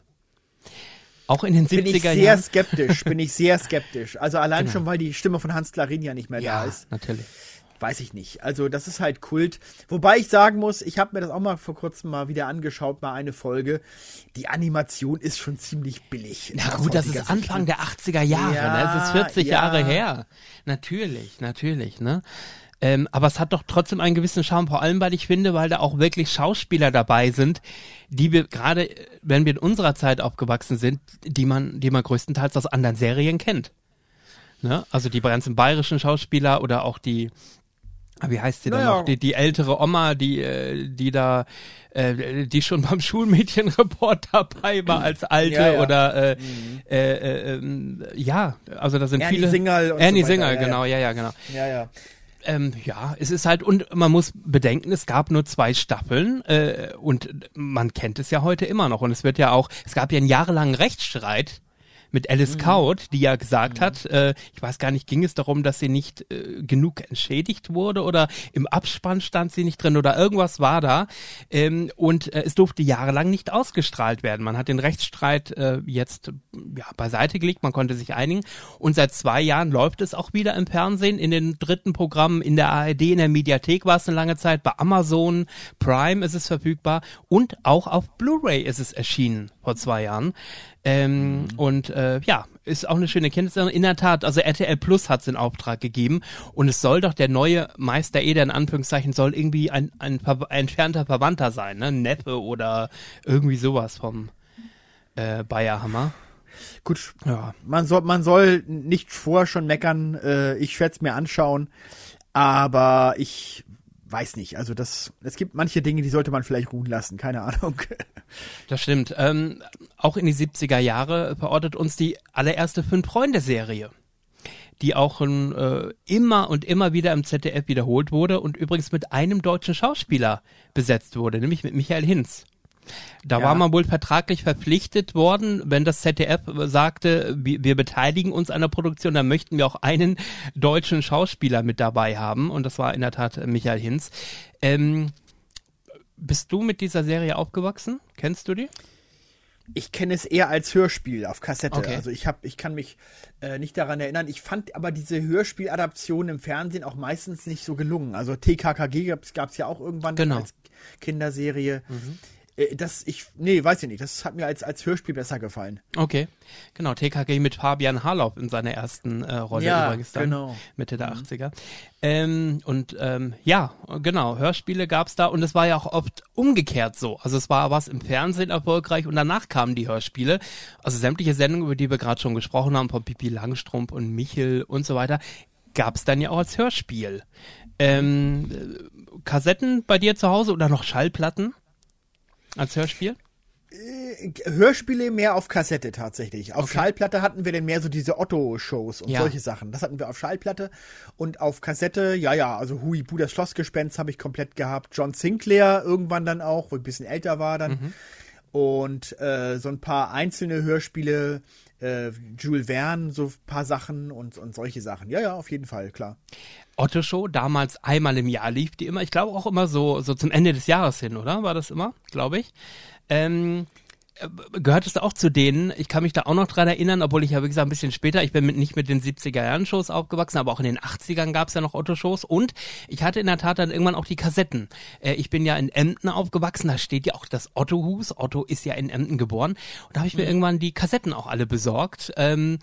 Auch in den siebziger Jahren. Bin ich sehr skeptisch, bin ich sehr skeptisch. Also allein genau. schon, weil die Stimme von Hans Klarin ja nicht mehr ja, da ist. Natürlich. Weiß ich nicht. Also das ist halt Kult. Wobei ich sagen muss, ich habe mir das auch mal vor kurzem mal wieder angeschaut, mal eine Folge. Die Animation ist schon ziemlich billig. Na gut, das ist Anfang der achtziger Jahre. Ja, ne? Das ist vierzig ja. Jahre her. Natürlich, natürlich. Ne? Ähm, aber es hat doch trotzdem einen gewissen Charme, vor allem, weil ich finde, weil da auch wirklich Schauspieler dabei sind, die wir gerade, wenn wir in unserer Zeit aufgewachsen sind, die man, die man größtenteils aus anderen Serien kennt. Ne? Also die ganzen bayerischen Schauspieler oder auch die, wie heißt sie naja. denn noch, die, die ältere Oma, die, die da, äh, die schon beim Schulmädchenreport dabei war als Alte ja, ja. oder, äh, mhm. äh, äh, ja, also da sind Ernie viele. Singerl und Ernie so weiter. Singerl, ja, genau, ja, ja, genau. Ja, ja. Ähm, ja, es ist halt, und man muss bedenken, es gab nur zwei Staffeln äh, und man kennt es ja heute immer noch und es wird ja auch, es gab ja einen jahrelangen Rechtsstreit mit Alice mhm. Kaut, die ja gesagt mhm. hat, äh, ich weiß gar nicht, ging es darum, dass sie nicht äh, genug entschädigt wurde oder im Abspann stand sie nicht drin oder irgendwas war da ähm, und äh, es durfte jahrelang nicht ausgestrahlt werden. Man hat den Rechtsstreit äh, jetzt ja, beiseite gelegt, man konnte sich einigen und seit zwei Jahren läuft es auch wieder im Fernsehen, in den dritten Programmen, in der A R D, in der Mediathek war es eine lange Zeit, bei Amazon Prime ist es verfügbar und auch auf Blu-ray ist es erschienen vor zwei Jahren. Ähm, mhm. Und äh, ja, ist auch eine schöne Kenntnis. In der Tat, also R T L Plus hat es in Auftrag gegeben und es soll doch der neue Meister Eder in Anführungszeichen soll irgendwie ein, ein, ein entfernter Verwandter sein, ne? Neffe oder irgendwie sowas vom äh, Bayerhammer. Gut, ja. man, soll, man soll nicht vorher schon meckern, äh, ich werde es mir anschauen, aber ich weiß nicht, also das, es gibt manche Dinge, die sollte man vielleicht ruhen lassen, keine Ahnung. Das stimmt. Ähm, auch in die siebziger Jahre verortet uns die allererste Fünf-Freunde-Serie, die auch äh, immer und immer wieder im Z D F wiederholt wurde und übrigens mit einem deutschen Schauspieler besetzt wurde, nämlich mit Michael Hinz. Da ja. war man wohl vertraglich verpflichtet worden, wenn das Z D F sagte, wir, wir beteiligen uns an der Produktion, dann möchten wir auch einen deutschen Schauspieler mit dabei haben und das war in der Tat Michael Hinz. Ähm, bist du mit dieser Serie aufgewachsen? Kennst du die? Ich kenne es eher als Hörspiel auf Kassette. Okay. Also ich habe, ich kann mich äh, nicht daran erinnern. Ich fand aber diese Hörspieladaptionen im Fernsehen auch meistens nicht so gelungen. Also T K K G gab es ja auch irgendwann genau. als Kinderserie. Mhm. Das, ich, nee, weiß ich nicht. Das hat mir als, als Hörspiel besser gefallen. Okay. Genau, T K G mit Fabian Harloff in seiner ersten äh, Rolle ja, übrigens dann. Genau. Mitte der mhm. achtziger. Ähm, und ähm, ja, genau, Hörspiele gab's da und es war ja auch oft umgekehrt so. Also es war was im Fernsehen erfolgreich und danach kamen die Hörspiele. Also sämtliche Sendungen, über die wir gerade schon gesprochen haben, von Pippi Langstrumpf und Michel und so weiter, gab's dann ja auch als Hörspiel. Ähm, Kassetten bei dir zu Hause oder noch Schallplatten? Als Hörspiel? Äh, Hörspiele mehr auf Kassette tatsächlich. Auf okay. Schallplatte hatten wir dann mehr so diese Otto-Shows und ja. solche Sachen. Das hatten wir auf Schallplatte. Und auf Kassette, ja, ja, also Huibu, das Schlossgespenst habe ich komplett gehabt. John Sinclair irgendwann dann auch, wo ich ein bisschen älter war dann. Mhm. Und äh, so ein paar einzelne Hörspiele, äh, Jules Verne, so ein paar Sachen und, und solche Sachen. Ja, ja, auf jeden Fall, klar. Otto-Show, damals einmal im Jahr lief die immer, ich glaube auch immer so so zum Ende des Jahres hin, oder? War das immer, glaube ich. Ähm, gehörtest du auch zu denen, ich kann mich da auch noch dran erinnern, obwohl ich ja, wie gesagt, ein bisschen später, ich bin mit, nicht mit den siebziger-Jahren-Shows aufgewachsen, aber auch in den achtzigern gab es ja noch Otto-Shows und ich hatte in der Tat dann irgendwann auch die Kassetten. Äh, ich bin ja in Emden aufgewachsen, da steht ja auch das Otto-Hus, Otto ist ja in Emden geboren und da habe ich mir mhm. irgendwann die Kassetten auch alle besorgt. Ähm,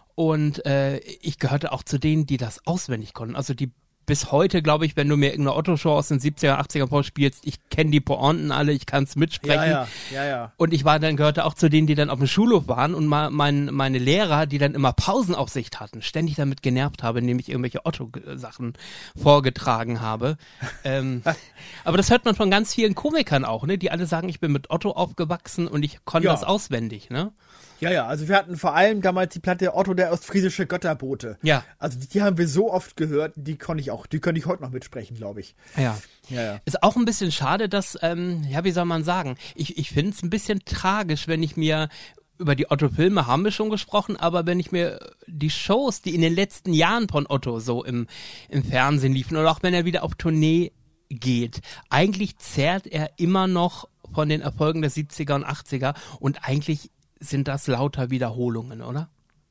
Und äh, ich gehörte auch zu denen, die das auswendig konnten. Also die bis heute, glaube ich, wenn du mir irgendeine Otto-Show aus den siebziger, achtziger vorspielst, ich kenne die Pointen alle, ich kann es mitsprechen. Ja, ja, ja, ja. Und ich war dann gehörte auch zu denen, die dann auf dem Schulhof waren und ma, mein, meine Lehrer, die dann immer Pausenaufsicht hatten, ständig damit genervt habe, indem ich irgendwelche Otto-Sachen vorgetragen habe. ähm, aber das hört man von ganz vielen Komikern auch, ne? Die alle sagen, ich bin mit Otto aufgewachsen und ich konnte ja. das auswendig, ne? Ja, ja, also wir hatten vor allem damals die Platte Otto, der ostfriesische Götterbote. Ja. Also die, die haben wir so oft gehört, die konnte ich auch, die könnte ich heute noch mitsprechen, glaube ich. Ja. Ja, ja. Ist auch ein bisschen schade, dass, ähm, ja, wie soll man sagen, ich, ich finde es ein bisschen tragisch, wenn ich mir, über die Otto-Filme haben wir schon gesprochen, aber wenn ich mir die Shows, die in den letzten Jahren von Otto so im, im Fernsehen liefen, oder auch wenn er wieder auf Tournee geht, eigentlich zehrt er immer noch von den Erfolgen der siebziger und achtziger und eigentlich sind das lauter Wiederholungen, oder?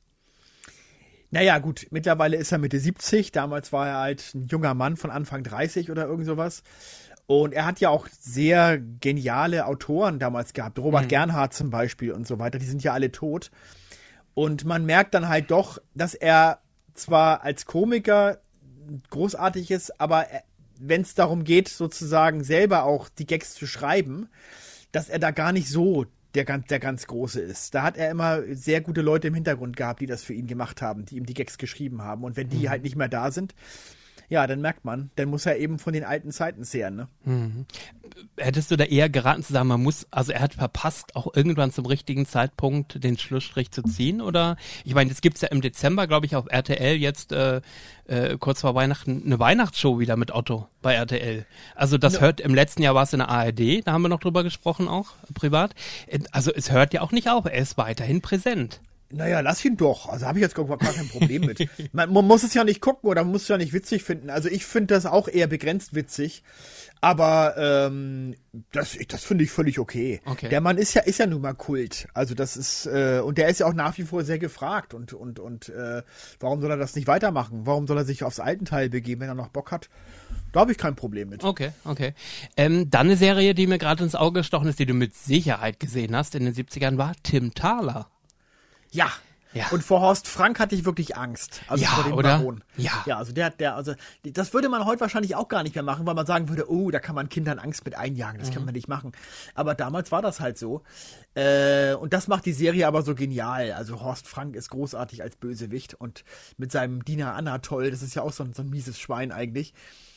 Naja, gut, mittlerweile ist er Mitte siebzig, damals war er halt ein junger Mann von Anfang dreißig oder irgend sowas. Und er hat ja auch sehr geniale Autoren damals gehabt, Robert mhm. Gernhardt zum Beispiel und so weiter, die sind ja alle tot. Und man merkt dann halt doch, dass er zwar als Komiker großartig ist, aber wenn es darum geht, sozusagen selber auch die Gags zu schreiben, dass er da gar nicht so der ganz, der ganz Große ist. Da hat er immer sehr gute Leute im Hintergrund gehabt, die das für ihn gemacht haben, die ihm die Gags geschrieben haben. Und wenn die mhm. halt nicht mehr da sind, ja, dann merkt man, dann muss er eben von den alten Zeiten zehren, ne? Mhm. Hättest du da eher geraten zu sagen, man muss, also er hat verpasst, auch irgendwann zum richtigen Zeitpunkt den Schlussstrich zu ziehen, oder? Ich meine, jetzt gibt's ja im Dezember, glaube ich, auf R T L jetzt äh, äh, kurz vor Weihnachten eine Weihnachtsshow wieder mit Otto bei R T L. Also das no. hört, im letzten Jahr war es in der A R D, da haben wir noch drüber gesprochen auch, privat. Also es hört ja auch nicht auf, er ist weiterhin präsent. Naja, lass ihn doch. Also habe ich jetzt gar kein Problem mit. Man, man muss es ja nicht gucken oder man muss es ja nicht witzig finden. Also ich finde das auch eher begrenzt witzig. Aber ähm, das, das finde ich völlig okay. okay. Der Mann ist ja, ist ja nun mal Kult. Also das ist, äh, und der ist ja auch nach wie vor sehr gefragt. Und, und, und äh, warum soll er das nicht weitermachen? Warum soll er sich aufs alten Teil begeben, wenn er noch Bock hat? Da habe ich kein Problem mit. Okay, okay. Ähm, dann eine Serie, die mir gerade ins Auge gestochen ist, die du mit Sicherheit gesehen hast in den siebzigern, war Tim Thaler. Ja. ja. Und vor Horst Frank hatte ich wirklich Angst. Also ja, vor dem oder? Baron. Ja. Ja, also der, der, also das würde man heute wahrscheinlich auch gar nicht mehr machen, weil man sagen würde, oh, da kann man Kindern Angst mit einjagen. Das mhm. kann man nicht machen. Aber damals war das halt so. Äh, und das macht die Serie aber so genial. Also Horst Frank ist großartig als Bösewicht und mit seinem Diener Anatol, das ist ja auch so ein, so ein mieses Schwein eigentlich.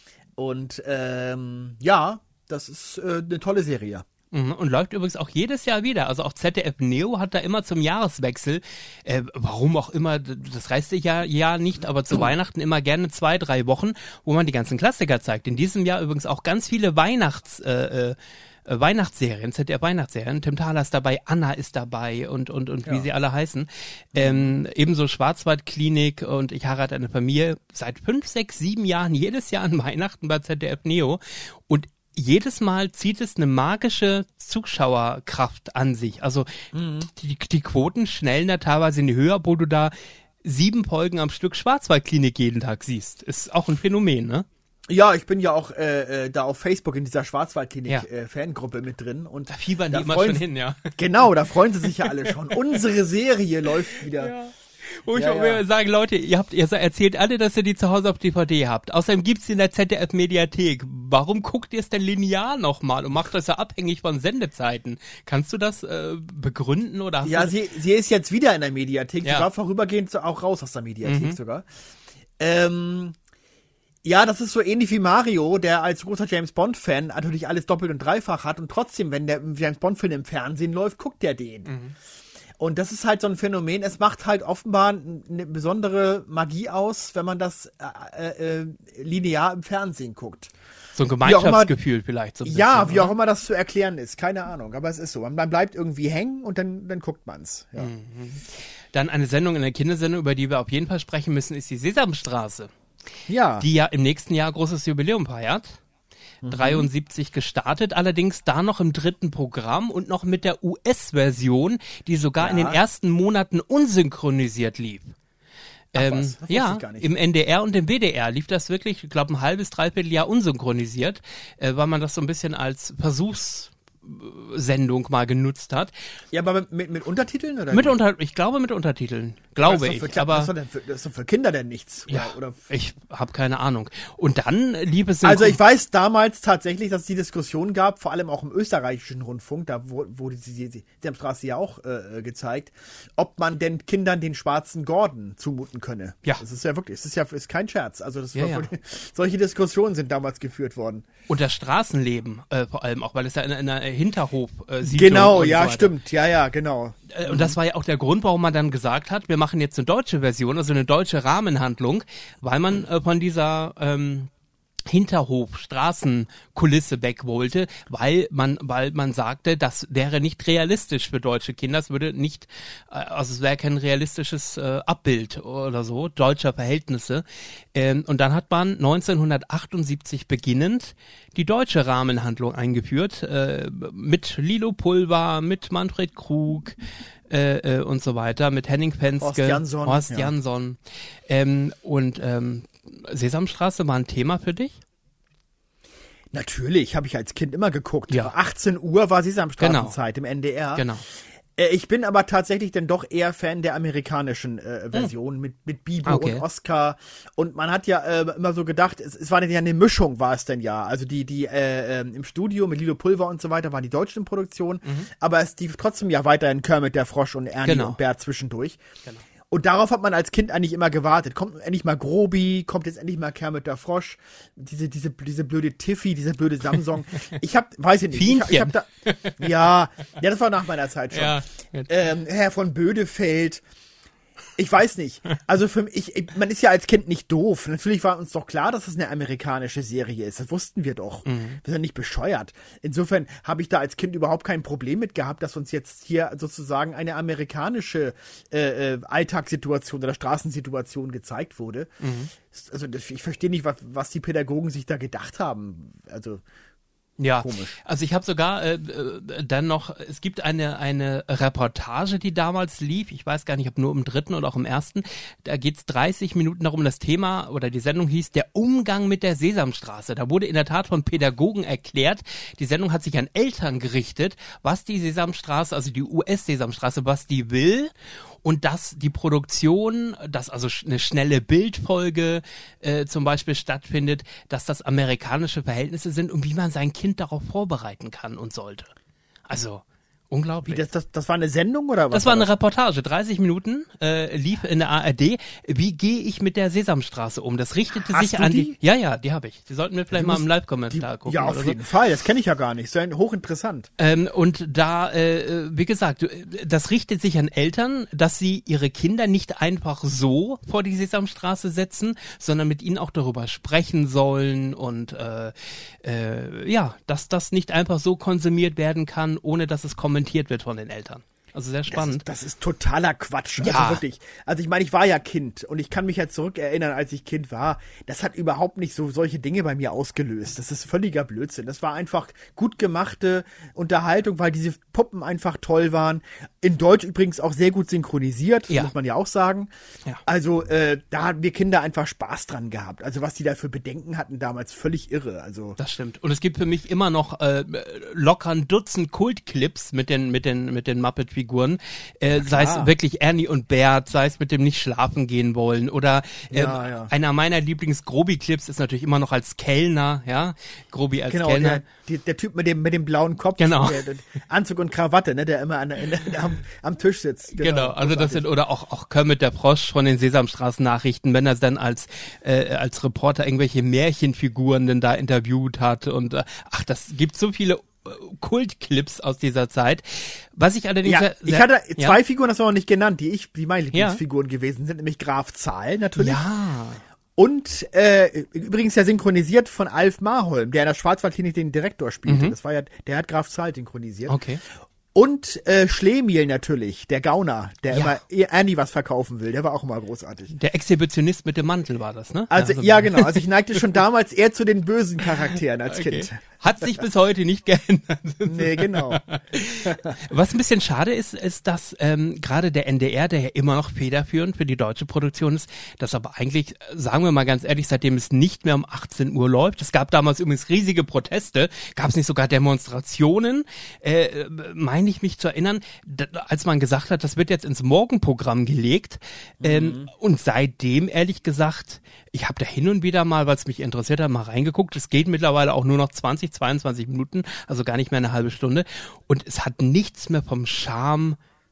Und ähm, ja, das ist äh, eine tolle Serie. Und läuft übrigens auch jedes Jahr wieder. Also auch Z D F Neo hat da immer zum Jahreswechsel, äh, warum auch immer, das reißt sich ja, ja nicht, aber zu Weihnachten immer gerne zwei, drei Wochen, wo man die ganzen Klassiker zeigt. In diesem Jahr übrigens auch ganz viele Weihnachts, äh, äh, Weihnachtsserien, Z D F Weihnachtsserien. Tim Thaler ist dabei, Anna ist dabei und, und, und ja. wie sie alle heißen. Ähm, ebenso Schwarzwaldklinik und Ich heirate eine Familie. Seit fünf, sechs, sieben Jahren, jedes Jahr an Weihnachten bei Z D F Neo. Und jedes Mal zieht es eine magische Zuschauerkraft an sich. Also mhm. die, die Quoten schnellen da teilweise in die Höhe, obwohl du da sieben Folgen am Stück Schwarzwaldklinik jeden Tag siehst. Ist auch ein Phänomen, ne? Ja, ich bin ja auch äh, da auf Facebook in dieser Schwarzwaldklinik-Fangruppe ja. äh, mit drin. Und da fiebern da die immer schon hin, ja. Genau, da freuen sie sich ja alle schon. Unsere Serie läuft wieder. Ja. Wo ich ja, auch ja. mir sagen, Leute, ihr habt, ihr erzählt alle, dass ihr die zu Hause auf D V D habt. Außerdem gibt's die in der Z D F-Mediathek. Warum guckt ihr es denn linear nochmal und macht das ja abhängig von Sendezeiten? Kannst du das äh, begründen oder? Hast ja, du sie, sie ist jetzt wieder in der Mediathek. Ja. Sie war vorübergehend auch raus aus der Mediathek Mhm. sogar. Ähm, ja, das ist so ähnlich wie Mario, der als großer James-Bond-Fan natürlich alles doppelt und dreifach hat und trotzdem, wenn der James-Bond-Film im Fernsehen läuft, guckt der den. Mhm. Und das ist halt so ein Phänomen, es macht halt offenbar eine besondere Magie aus, wenn man das äh, äh, linear im Fernsehen guckt. So ein Gemeinschaftsgefühl immer, vielleicht so ein bisschen. Ja, wie oder? auch immer das zu erklären ist, keine Ahnung, aber es ist so. Man bleibt irgendwie hängen und dann, dann guckt man's. Ja. Mhm. Dann eine Sendung, eine Kindersendung, über die wir auf jeden Fall sprechen müssen, ist die Sesamstraße. Ja. Die ja im nächsten Jahr großes Jubiläum feiert. Mhm. dreiundsiebzig gestartet, allerdings da noch im dritten Programm und noch mit der U S-Version, die sogar ja. in den ersten Monaten unsynchronisiert lief. Ach, ähm, was? Das ja, ich gar nicht. im N D R und im B D R lief das wirklich, ich glaube, ein halbes, dreiviertel Jahr unsynchronisiert, äh, weil man das so ein bisschen als Versuchs Sendung mal genutzt hat. Ja, aber mit, mit Untertiteln oder? Mit unter, ich glaube mit Untertiteln, glaube das ich. Für, aber das, ist doch für, das ist doch für Kinder denn nichts. Oder, ja, oder? Ich habe keine Ahnung. Und dann lieb es. Also ich weiß damals tatsächlich, dass es die Diskussion gab, vor allem auch im österreichischen Rundfunk, da wurde die Sesamstraße ja auch äh, gezeigt, ob man denn Kindern den schwarzen Gordon zumuten könne. Ja. Das ist ja wirklich, das ist ja ist kein Scherz. Also das ja, war ja. Wirklich, solche Diskussionen sind damals geführt worden. Und das Straßenleben äh, vor allem auch, weil es ja in, in einer Hinterhof äh, Genau, und ja, so stimmt. Ja, ja, genau. Äh, Und das war ja auch der Grund, warum man dann gesagt hat, wir machen jetzt eine deutsche Version, also eine deutsche Rahmenhandlung, weil man äh, von dieser ähm, Hinterhof, Straßenkulisse weg wollte, weil man, weil man sagte, das wäre nicht realistisch für deutsche Kinder, es würde nicht, äh, also es wäre kein realistisches äh, Abbild oder so, deutscher Verhältnisse. Ähm, und dann hat man neunzehnhundertachtundsiebzig beginnend die deutsche Rahmenhandlung eingeführt, äh, mit Lilo Pulver, mit Manfred Krug, äh, äh, und so weiter, mit Henning Penske, Horst Jansson. Horst ja. Jansson. Ähm, und ähm, Sesamstraße war ein Thema für dich? Natürlich, habe ich als Kind immer geguckt. Ja. achtzehn Uhr war Sesamstraßenzeit im N D R. Genau. Äh, ich bin aber tatsächlich dann doch eher Fan der amerikanischen äh, Version hm. mit, mit Bibo Okay. und Oscar. Und man hat ja äh, immer so gedacht, es, es war ja eine Mischung, war es denn ja. Also die, die äh, äh, im Studio mit Lilo Pulver und so weiter waren die Deutschen in Produktion. Mhm. Aber es lief trotzdem ja weiterhin Kermit der Frosch und Ernie Genau. und Bert zwischendurch. Genau. Und darauf hat man als Kind eigentlich immer gewartet. Kommt endlich mal Grobi, kommt jetzt endlich mal Kermit der Frosch, diese, diese, diese blöde Tiffy, dieser blöde Samsung. Ich hab, weiß ich nicht. Ich, ich hab da, ja, ja, das war nach meiner Zeit schon. Ja. Ähm, Herr von Bödefeld. Ich weiß nicht. Also für mich, ich, man ist ja als Kind nicht doof. Natürlich war uns doch klar, dass es eine amerikanische Serie ist. Das wussten wir doch. Mhm. Wir sind nicht bescheuert. Insofern habe ich da als Kind überhaupt kein Problem mit gehabt, dass uns jetzt hier sozusagen eine amerikanische äh, äh, Alltagssituation oder Straßensituation gezeigt wurde. Mhm. Also das, ich verstehe nicht, was, was die Pädagogen sich da gedacht haben. Also Ja, komisch. Also ich habe sogar äh, äh, dann noch, es gibt eine eine Reportage, die damals lief, ich weiß gar nicht, ob nur im dritten oder auch im ersten, da geht's dreißig Minuten darum, das Thema oder die Sendung hieß der Umgang mit der Sesamstraße. Da wurde in der Tat von Pädagogen erklärt, die Sendung hat sich an Eltern gerichtet, was die Sesamstraße, also die U S-Sesamstraße, was die will. Und dass die Produktion, dass also eine schnelle Bildfolge äh, zum Beispiel stattfindet, dass das amerikanische Verhältnisse sind und wie man sein Kind darauf vorbereiten kann und sollte. Also unglaublich. Wie, das, das, das war eine Sendung oder was? Das war eine Reportage, dreißig Minuten, äh, lief in der A R D. Wie gehe ich mit der Sesamstraße um? Das richtete Hast sich du an die? die... Ja, ja, die habe ich. Die sollten wir vielleicht Die mal muss- im Live-Kommentar gucken. Ja, auf oder jeden so. Fall. Das kenne ich ja gar nicht. So ein hochinteressant. Ähm, und da, äh, wie gesagt, du- das richtet sich an Eltern, dass sie ihre Kinder nicht einfach so vor die Sesamstraße setzen, sondern mit ihnen auch darüber sprechen sollen und äh, äh, ja, dass das nicht einfach so konsumiert werden kann, ohne dass es kommentiert wird von den Eltern. Also sehr Das spannend. ist, das ist totaler Quatsch. Ja. Also wirklich. Also ich meine, ich war ja Kind und ich kann mich ja zurückerinnern, als ich Kind war. Das hat überhaupt nicht so solche Dinge bei mir ausgelöst. Das ist völliger Blödsinn. Das war einfach gut gemachte Unterhaltung, weil diese Puppen einfach toll waren. In Deutsch übrigens auch sehr gut synchronisiert, Ja. muss man ja auch sagen. Ja. Also äh, da haben wir Kinder einfach Spaß dran gehabt. Also was die da für Bedenken hatten damals, völlig irre. Also Das stimmt. Und es gibt für mich immer noch äh, locker ein Dutzend Kultclips mit den mit den mit den Muppet-Figuren. Äh, sei es wirklich Ernie und Bert, sei es mit dem nicht schlafen gehen wollen oder äh, Ja, ja. einer meiner Lieblings-Grobi-Clips ist natürlich immer noch als Kellner, ja, Grobi als genau, Kellner. der, die, der Typ mit dem mit dem blauen Kopf, Genau. der, der Anzug und Krawatte, ne, der immer an, der- in der, am, am Tisch sitzt. Genau, also das großartig. sind oder auch auch Kermit der Frosch von den Sesamstraßen-Nachrichten, wenn er dann als äh, als Reporter irgendwelche Märchenfiguren denn da interviewt hat und äh, ach, das gibt so viele äh, Kultclips aus dieser Zeit. Was ich allerdings Ja, sehr, ich sehr- hatte ja? zwei Figuren, das war noch nicht genannt, die ich, die meine Lieblingsfiguren gewesen sind, nämlich Graf Zahl natürlich. Ja. Und äh, übrigens ja synchronisiert von Alf Marholm, der in der Schwarzwaldklinik den Direktor spielte. Das war ja, der hat Graf Zahl synchronisiert. Okay. Und äh, Schlemiel natürlich, der Gauner, der Ja. immer eh Ernie was verkaufen will, der war auch immer großartig. Der Exhibitionist mit dem Mantel war das, ne? Also so- ja, genau. Also ich neigte schon damals eher zu den bösen Charakteren als Okay. Kind. Hat sich bis heute nicht geändert. Nee, genau. Was ein bisschen schade ist, ist, dass ähm, gerade der N D R, der ja immer noch federführend für die deutsche Produktion ist, dass aber eigentlich, sagen wir mal ganz ehrlich, seitdem es nicht mehr um achtzehn Uhr läuft, es gab damals übrigens riesige Proteste, gab es nicht sogar Demonstrationen, äh, meine ich mich zu erinnern, da, als man gesagt hat, das wird jetzt ins Morgenprogramm gelegt ähm, und seitdem, ehrlich gesagt, ich habe da hin und wieder mal, weil es mich interessiert hat, mal reingeguckt, es geht mittlerweile auch nur noch zwanzig, zweiundzwanzig Minuten, also gar nicht mehr eine halbe Stunde und es hat nichts mehr vom Charme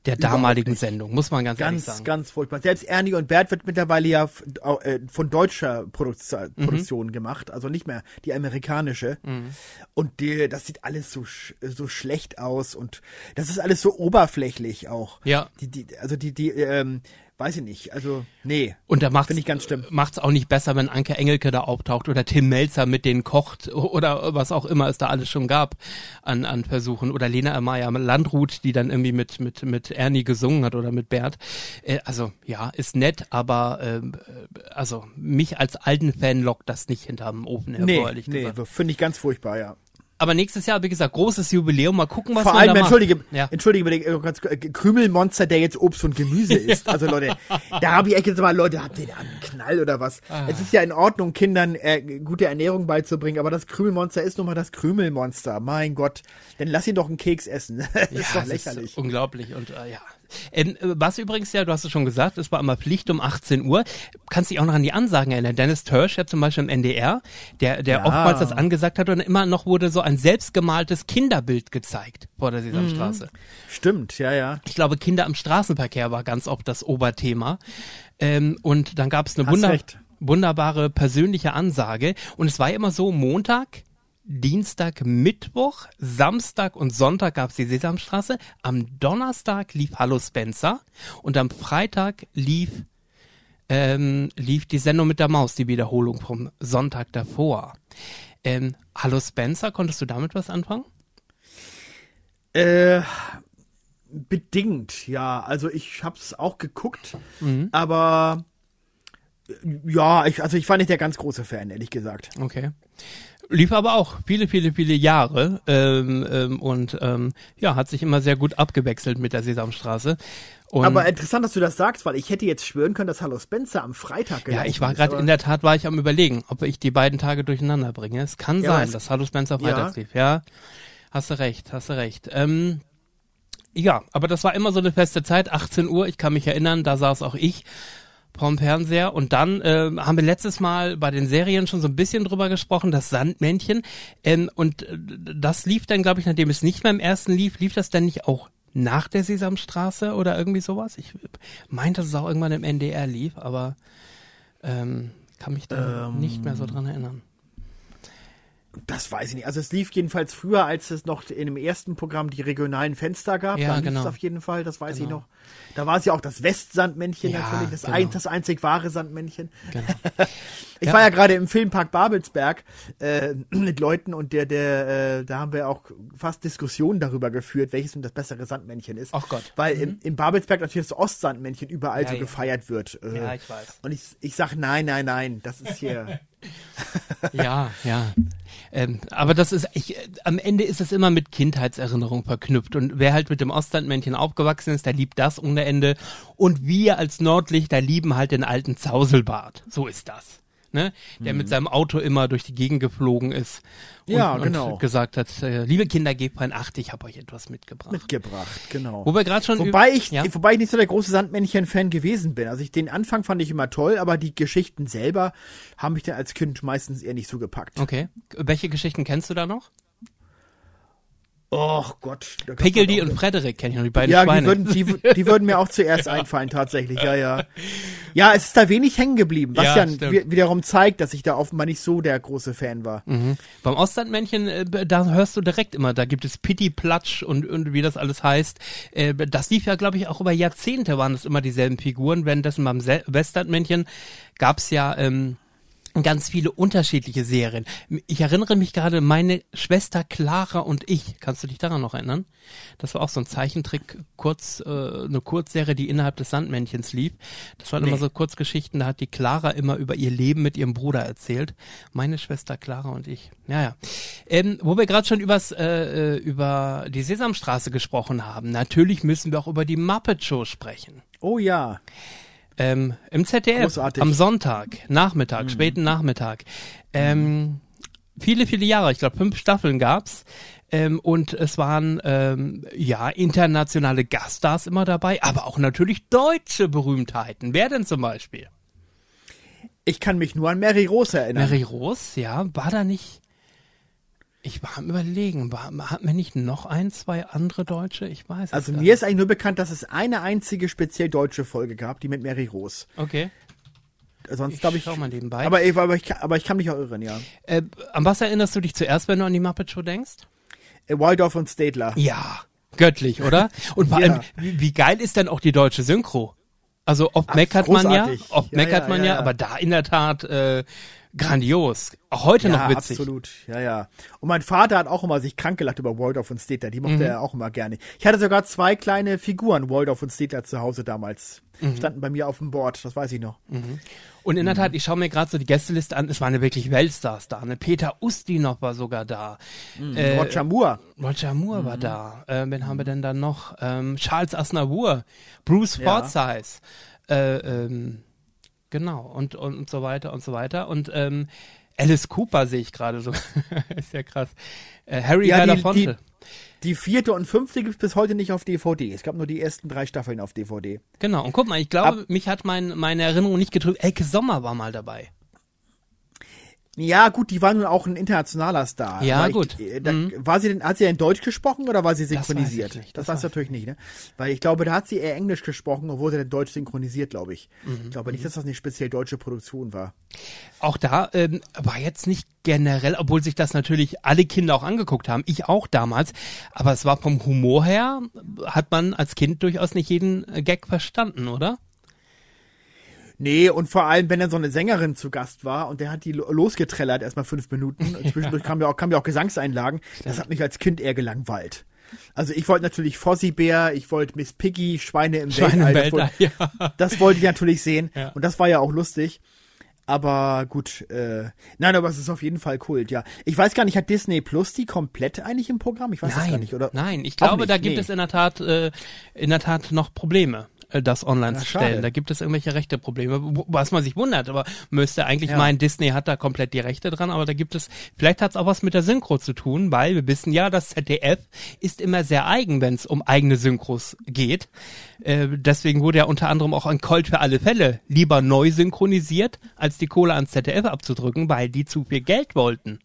der damaligen Sendung, muss man ganz, ehrlich sagen. Ganz, ganz furchtbar. Selbst Ernie und Bert wird mittlerweile ja f- äh, von deutscher Produz- Produktion mhm. gemacht, also nicht mehr die amerikanische. Mhm. Und die, das sieht alles so sch- so schlecht aus und das ist alles so oberflächlich auch. Ja. Die, die, also die, die, ähm, weiß ich nicht, also nee. Und da macht's, finde ich ganz schlimm. Macht's auch nicht besser, wenn Anke Engelke da auftaucht oder Tim Melzer mit denen kocht oder was auch immer es da alles schon gab an, an Versuchen oder Lena Amaya Landrut, die dann irgendwie mit, mit, mit Ernie gesungen hat oder mit Bert. Äh, also, ja, ist nett, aber, äh, also, mich als alten Fan lockt das nicht hinterm Ofen hervor. Nee, nee, finde ich ganz furchtbar, ja. Aber nächstes Jahr, wie gesagt, großes Jubiläum. Mal gucken, was Vor wir allem, da entschuldige, machen. Ja. entschuldige bitte, ganz kurz, Krümelmonster, der jetzt Obst und Gemüse isst. Also Leute, da habe ich echt jetzt mal, Leute, habt ihr da einen Knall oder was? Ah. Es ist ja in Ordnung, Kindern äh, gute Ernährung beizubringen, aber das Krümelmonster ist nun mal das Krümelmonster. Mein Gott, dann lass ihn doch einen Keks essen. Das ja, ist doch lächerlich. Ist unglaublich und äh, ja. Ähm, was übrigens ja, du hast es schon gesagt, es war immer Pflicht um achtzehn Uhr. Kannst dich auch noch an die Ansagen erinnern. Dennis Törsch ja zum Beispiel im N D R, der, der ja. oftmals das angesagt hat und immer noch wurde so ein selbstgemaltes Kinderbild gezeigt vor der Sesamstraße. Mhm. Stimmt, ja, ja. Ich glaube, Kinder im Straßenverkehr war ganz oft das Oberthema. Ähm, und dann gab es eine wunder- wunderbare persönliche Ansage. Und es war immer so, Montag, Dienstag, Mittwoch, Samstag und Sonntag gab es die Sesamstraße. Am Donnerstag lief Hallo Spencer und am Freitag lief ähm, lief die Sendung mit der Maus, die Wiederholung vom Sonntag davor. Ähm, Hallo Spencer, konntest du damit was anfangen? Äh, bedingt, ja. Also ich hab's auch geguckt, mhm. aber ja, ich, also ich war nicht der ganz große Fan, ehrlich gesagt. Okay. Lief aber auch viele, viele, viele Jahre ähm, ähm, und ähm, ja, hat sich immer sehr gut abgewechselt mit der Sesamstraße. Und aber interessant, dass du das sagst, weil ich hätte jetzt schwören können, dass Hallo Spencer am Freitag gelaufen Ja, ich war ist, gerade, in der Tat war ich am Überlegen, ob ich die beiden Tage durcheinander bringe. Es kann ja, sein, es dass Hallo Spencer freitags ja. lief. Ja, hast du recht, hast du recht. Ähm, ja, aber das war immer so eine feste Zeit, achtzehn Uhr, ich kann mich erinnern, da saß auch ich vom Fernseher und dann äh, haben wir letztes Mal bei den Serien schon so ein bisschen drüber gesprochen, das Sandmännchen ähm, und äh, das lief dann, glaube ich, nachdem es nicht mehr im ersten lief, lief das dann nicht auch nach der Sesamstraße oder irgendwie sowas? Ich meinte, dass es auch irgendwann im N D R lief, aber ähm, kann mich da ähm, nicht mehr so dran erinnern. Das weiß ich nicht. Also es lief jedenfalls früher, als es noch in dem ersten Programm die regionalen Fenster gab. Ja, da lief genau. es auf jeden Fall, das weiß genau. ich noch. Da war es ja auch das Westsandmännchen ja, natürlich, das, genau. ein, das einzig wahre Sandmännchen. Genau. Ich ja. war ja gerade im Filmpark Babelsberg äh, mit Leuten und der, der, äh, da haben wir auch fast Diskussionen darüber geführt, welches nun das bessere Sandmännchen ist. Ach Gott. Weil mhm. im, im Babelsberg natürlich das Ostsandmännchen überall ja, so ja. gefeiert wird. Äh, ja, ich weiß. Und ich, ich sag nein, nein, nein, das ist hier... ja, ja. Ähm, aber das ist, ich, äh, am Ende ist es immer mit Kindheitserinnerung verknüpft und wer halt mit dem Ostlandmännchen aufgewachsen ist, der liebt das ohne Ende und wir als Nordlichter lieben halt den alten Zauselbart. So ist das. Ne? Der mhm. mit seinem Auto immer durch die Gegend geflogen ist und, ja, genau. und gesagt hat, äh, liebe Kinder, gebt rein acht, ich habe euch etwas mitgebracht. Mitgebracht, genau. Wo wir gerade schon wobei ich, ja? wobei ich nicht so der große Sandmännchen-Fan gewesen bin. Also ich, den Anfang fand ich immer toll, aber die Geschichten selber haben mich dann als Kind meistens eher nicht so gepackt. Okay. Welche Geschichten kennst du da noch? Och Gott. Piggledy und Frederik kenne ich noch, die beiden ja, Schweine. Ja, die, würden, die, die würden mir auch zuerst einfallen, tatsächlich, ja, ja. Ja, es ist da wenig hängen geblieben, was ja, ja wiederum zeigt, dass ich da offenbar nicht so der große Fan war. Mhm. Beim Ostlandmännchen, äh, da hörst du direkt immer, da gibt es Pitti Platsch und, und wie das alles heißt. Äh, das lief ja, glaube ich, auch über Jahrzehnte waren das immer dieselben Figuren, währenddessen beim Se- Westlandmännchen gab's ja ähm, ganz viele unterschiedliche Serien. Ich erinnere mich gerade, meine Schwester Clara und ich, kannst du dich daran noch erinnern? Das war auch so ein Zeichentrick, kurz, äh, eine Kurzserie, die innerhalb des Sandmännchens lief. Das waren nee. immer so Kurzgeschichten, da hat die Clara immer über ihr Leben mit ihrem Bruder erzählt. Meine Schwester Clara und ich. Ja, ja. Ähm, wo wir gerade schon übers, äh, über die Sesamstraße gesprochen haben, natürlich müssen wir auch über die Muppet Show sprechen. Oh ja. Ähm, im Z D F, großartig. Am Sonntag, Nachmittag, mhm. späten Nachmittag. Ähm, viele, viele Jahre, ich glaube fünf Staffeln gab's. Ähm, und es waren, ähm, ja, internationale Gaststars immer dabei, aber auch natürlich deutsche Berühmtheiten. Wer denn zum Beispiel? Ich kann mich nur an Mary Rose erinnern. Mary Rose, ja, war da nicht... Ich war am Überlegen, war, hatten wir nicht noch ein, zwei andere Deutsche? Ich weiß es Also gar mir ist eigentlich nur bekannt, dass es eine einzige speziell deutsche Folge gab, die mit Mary Rose. Okay. Sonst glaube ich. Schau mal nebenbei. Aber, aber, ich, aber ich kann mich auch irren, ja. Äh, an was erinnerst du dich zuerst, wenn du an die Muppet Show denkst? Äh, Waldorf und Statler. Ja, göttlich, oder? Und vor Ja. allem, wie, wie geil ist denn auch die deutsche Synchro? Also oft Ach, meckert man ja, großartig. oft Ja, meckert ja, man ja, ja, ja. aber da in der Tat äh, grandios. Auch heute Ja, noch witzig. absolut. Ja, ja. Und mein Vater hat auch immer sich krank gelacht über Waldorf und Statler. Die Mhm. mochte er auch immer gerne. Ich hatte sogar zwei kleine Figuren Waldorf und Statler zu Hause damals. Mhm. Standen bei mir auf dem Board, das weiß ich noch. Und in der Tat, ich schaue mir gerade so die Gästeliste an, es waren ja wirklich Weltstars da. Ne? Peter Ustinov war sogar da. Äh, Roger Moore. Roger Moore war da. Äh, wen haben wir denn da noch? Ähm, Charles Aznavour, Bruce Ja. Forsyth. Äh, ähm, genau, und, und, und so weiter und so weiter. Und ähm, Alice Cooper sehe ich gerade so. Ist ja krass. Äh, Harry Ja, die- Belafonte. Die vierte und fünfte gibt es bis heute nicht auf D V D. Es gab nur die ersten drei Staffeln auf D V D. Genau, und guck mal, ich glaube, Ab- mich hat mein, meine Erinnerung nicht getrübt. Elke Sommer war mal dabei. Ja, gut, die war nun auch ein internationaler Star. Ja, Aber gut. Ich, äh, da, Mhm. War sie denn, hat sie denn Deutsch gesprochen oder war sie weiß ich synchronisiert? nicht, Das, das weiß ich natürlich nicht, ne? Weil ich glaube, da hat sie eher Englisch gesprochen, obwohl sie dann Deutsch synchronisiert, glaube ich. Mhm. Ich glaube nicht, dass das eine speziell deutsche Produktion war. Auch da ähm, war jetzt nicht generell, obwohl sich das natürlich alle Kinder auch angeguckt haben, ich auch damals, aber es war vom Humor her, hat man als Kind durchaus nicht jeden äh, Gag verstanden, oder? Nee, und vor allem, wenn dann so eine Sängerin zu Gast war und der hat die lo- losgetrellert, erstmal fünf Minuten. Und zwischendurch kamen ja auch, kamen ja auch Gesangseinlagen. Das hat mich als Kind eher gelangweilt. Also ich wollte natürlich Fozzie Bär, ich wollte Miss Piggy, Schweine im Schweine im Weltall. Das Weltall, wollte, ja. das wollte ich natürlich sehen. Ja. Und das war ja auch lustig. Aber gut, äh, nein, aber es ist auf jeden Fall Kult, ja. Ich weiß gar nicht, hat Disney Plus die komplett eigentlich im Programm? Ich weiß das gar nicht, oder? Nein, ich Auch glaube, nicht, da gibt nee. es in der Tat, äh, in der Tat noch Probleme, äh, das online Na, zu schade. stellen. Da gibt es irgendwelche Rechteprobleme, wo- was man sich wundert, aber müsste eigentlich Ja. meinen, Disney hat da komplett die Rechte dran, aber da gibt es, vielleicht hat es auch was mit der Synchro zu tun, weil wir wissen ja, das Z D F ist immer sehr eigen, wenn es um eigene Synchros geht. Äh, deswegen wurde ja unter anderem auch ein Colt für alle Fälle lieber neu synchronisiert, als die Kohle ans Z D F abzudrücken, weil die zu viel Geld wollten.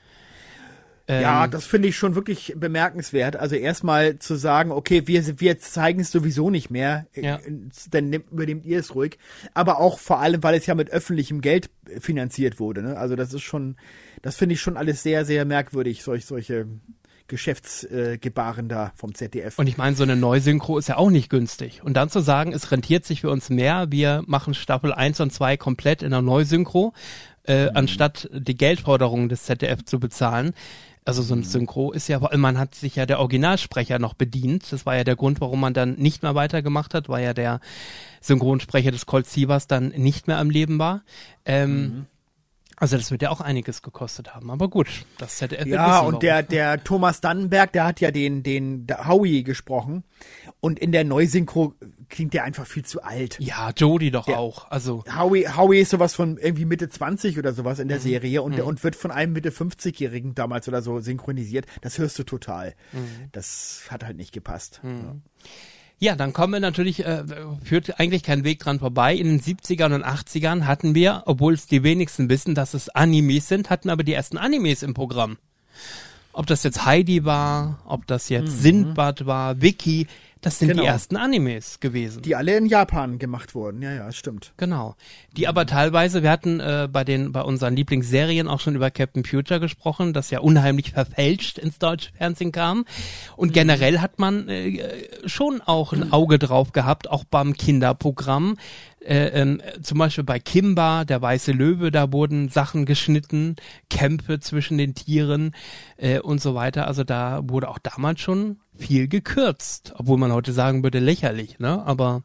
Ja, Ähm, das finde ich schon wirklich bemerkenswert. Also erstmal zu sagen, okay, wir, wir zeigen es sowieso nicht mehr, äh, Ja. dann nehmt, übernehmt ihr es ruhig. Aber auch vor allem, weil es ja mit öffentlichem Geld finanziert wurde. Ne? Also das ist schon, das finde ich schon alles sehr, sehr merkwürdig, solch, solche Geschäftsgebaren äh, da vom Z D F. Und ich meine, so eine Neusynchro ist ja auch nicht günstig. Und dann zu sagen, es rentiert sich für uns mehr, wir machen Staffel eins und zwei komplett in der Neusynchro, äh, anstatt die Geldforderungen des Z D F zu bezahlen. Also so ein Synchro ist ja, man hat sich ja der Originalsprecher noch bedient. Das war ja der Grund, warum man dann nicht mehr weitergemacht hat, weil ja der Synchronsprecher des Colt Sievers dann nicht mehr am Leben war. Ähm, Also das wird ja auch einiges gekostet haben. Aber gut, das Z D F wird Ja, wissen, und warum. der, der Thomas Dannenberg, der hat ja den, den der Howie gesprochen. Und in der Neusynchro klingt der einfach viel zu alt. Ja, Jodie doch Der- auch. Also Howie, Howie ist sowas von irgendwie Mitte zwanzig oder sowas Mhm. in der Serie und, der, und wird von einem Mitte fünfzig-Jährigen damals oder so synchronisiert. Das hörst du total. Mhm. Das hat halt nicht gepasst. Ja. ja, dann kommen wir natürlich, äh, führt eigentlich kein Weg dran vorbei. In den siebzigern und achtzigern hatten wir, obwohl es die wenigsten wissen, dass es Animes sind, hatten aber die ersten Animes im Programm. Ob das jetzt Heidi war, ob das jetzt Sindbad war, Vicky, das sind Genau. die ersten Animes gewesen. Die alle in Japan gemacht wurden. Ja, ja, das stimmt. Genau. Die aber teilweise, wir hatten äh, bei den bei unseren Lieblingsserien auch schon über Captain Future gesprochen, das ja unheimlich verfälscht ins deutsche Fernsehen kam. Und generell hat man äh, schon auch ein Auge drauf gehabt, auch beim Kinderprogramm. Äh, ähm, zum Beispiel bei Kimba, der weiße Löwe, da wurden Sachen geschnitten, Kämpfe zwischen den Tieren äh, und so weiter. Also da wurde auch damals schon viel gekürzt, obwohl man heute sagen würde, lächerlich, ne? Aber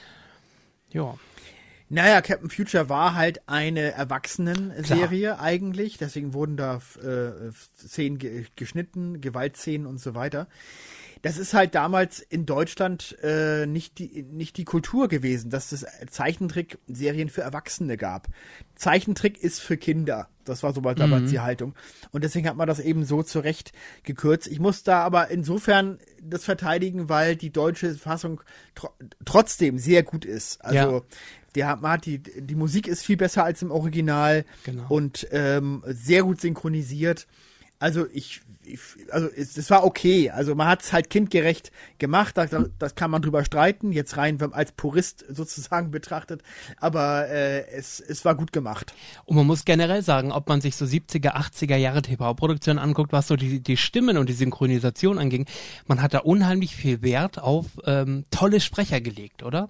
ja. Naja, Captain Future war halt eine Erwachsenen-Serie eigentlich. Deswegen wurden da äh, Szenen ge geschnitten, Gewaltszenen und so weiter. Das ist halt damals in Deutschland äh, nicht die nicht die Kultur gewesen, dass es Zeichentrick-Serien für Erwachsene gab. Zeichentrick ist für Kinder. Das war so mal damals die Haltung. Und deswegen hat man das eben so zurecht gekürzt. Ich muss da aber insofern das verteidigen, weil die deutsche Fassung tr trotzdem sehr gut ist. Also Ja. die, hat, man hat die, die Musik ist viel besser als im Original Genau. und ähm, sehr gut synchronisiert. Also ich, ich also es, es war okay. Also man hat es halt kindgerecht gemacht, das, das kann man drüber streiten, jetzt rein als Purist sozusagen betrachtet, aber äh, es, es war gut gemacht. Und man muss generell sagen, ob man sich so siebziger, achtziger Jahre T V-Produktionen anguckt, was so die, die Stimmen und die Synchronisation anging, man hat da unheimlich viel Wert auf ähm, tolle Sprecher gelegt, oder?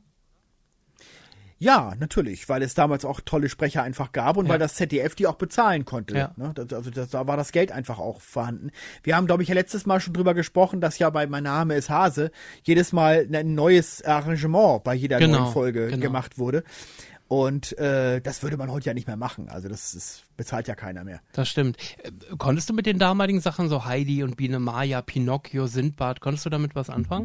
Ja, natürlich, weil es damals auch tolle Sprecher einfach gab und Ja. weil das Z D F die auch bezahlen konnte. Ja. Ne? Das, also das, da war das Geld einfach auch vorhanden. Wir haben, glaube ich, ja letztes Mal schon drüber gesprochen, dass ja bei Mein Name ist Hase jedes Mal ein neues Arrangement bei jeder Genau, neuen Folge genau. gemacht wurde. Und äh, das würde man heute ja nicht mehr machen. Also das ist, bezahlt ja keiner mehr. Das stimmt. Äh, konntest du mit den damaligen Sachen, so Heidi und Biene Maya, Pinocchio, Sindbad, konntest du damit was anfangen?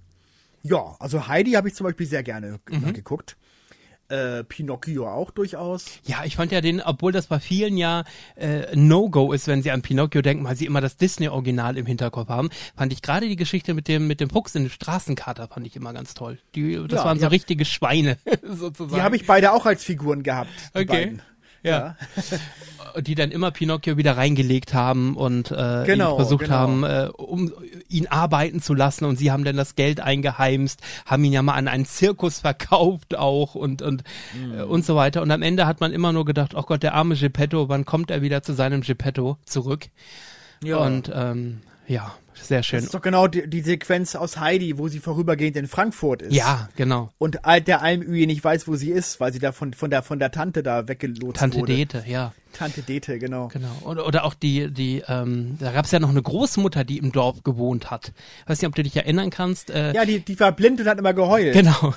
Ja, also Heidi habe ich zum Beispiel sehr gerne Mhm. g- geguckt. Äh, Pinocchio auch durchaus. Ja, ich fand ja den, obwohl das bei vielen ja äh, ein No-Go ist, wenn sie an Pinocchio denken, weil sie immer das Disney-Original im Hinterkopf haben, fand ich gerade die Geschichte mit dem mit dem Fuchs in dem Straßenkater fand ich immer ganz toll. Die, das Ja, waren die so hab- richtige Schweine sozusagen. Die habe ich beide auch als Figuren gehabt. Die Okay. beiden. Ja. Die dann immer Pinocchio wieder reingelegt haben und äh, Genau, ihn versucht genau. haben, äh, um ihn arbeiten zu lassen, und sie haben dann das Geld eingeheimst, haben ihn ja mal an einen Zirkus verkauft auch und und Mhm. äh, und so weiter. Und am Ende hat man immer nur gedacht, oh Gott, der arme Geppetto, wann kommt er wieder zu seinem Geppetto zurück? Ja. Und ähm, ja, sehr Das schön. ist doch genau die, die Sequenz aus Heidi, wo sie vorübergehend in Frankfurt ist. Ja, genau. Und alt der Almühe nicht weiß, wo sie ist, weil sie da von, von, der, von der Tante da weggelotst Tante wurde. Dete, ja. Tante Dete, genau. Genau. Oder, oder auch die, die, ähm, da gab es ja noch eine Großmutter, die im Dorf gewohnt hat. Weiß nicht, ob du dich erinnern kannst. Äh, Ja, die, die war blind und hat immer geheult. Genau.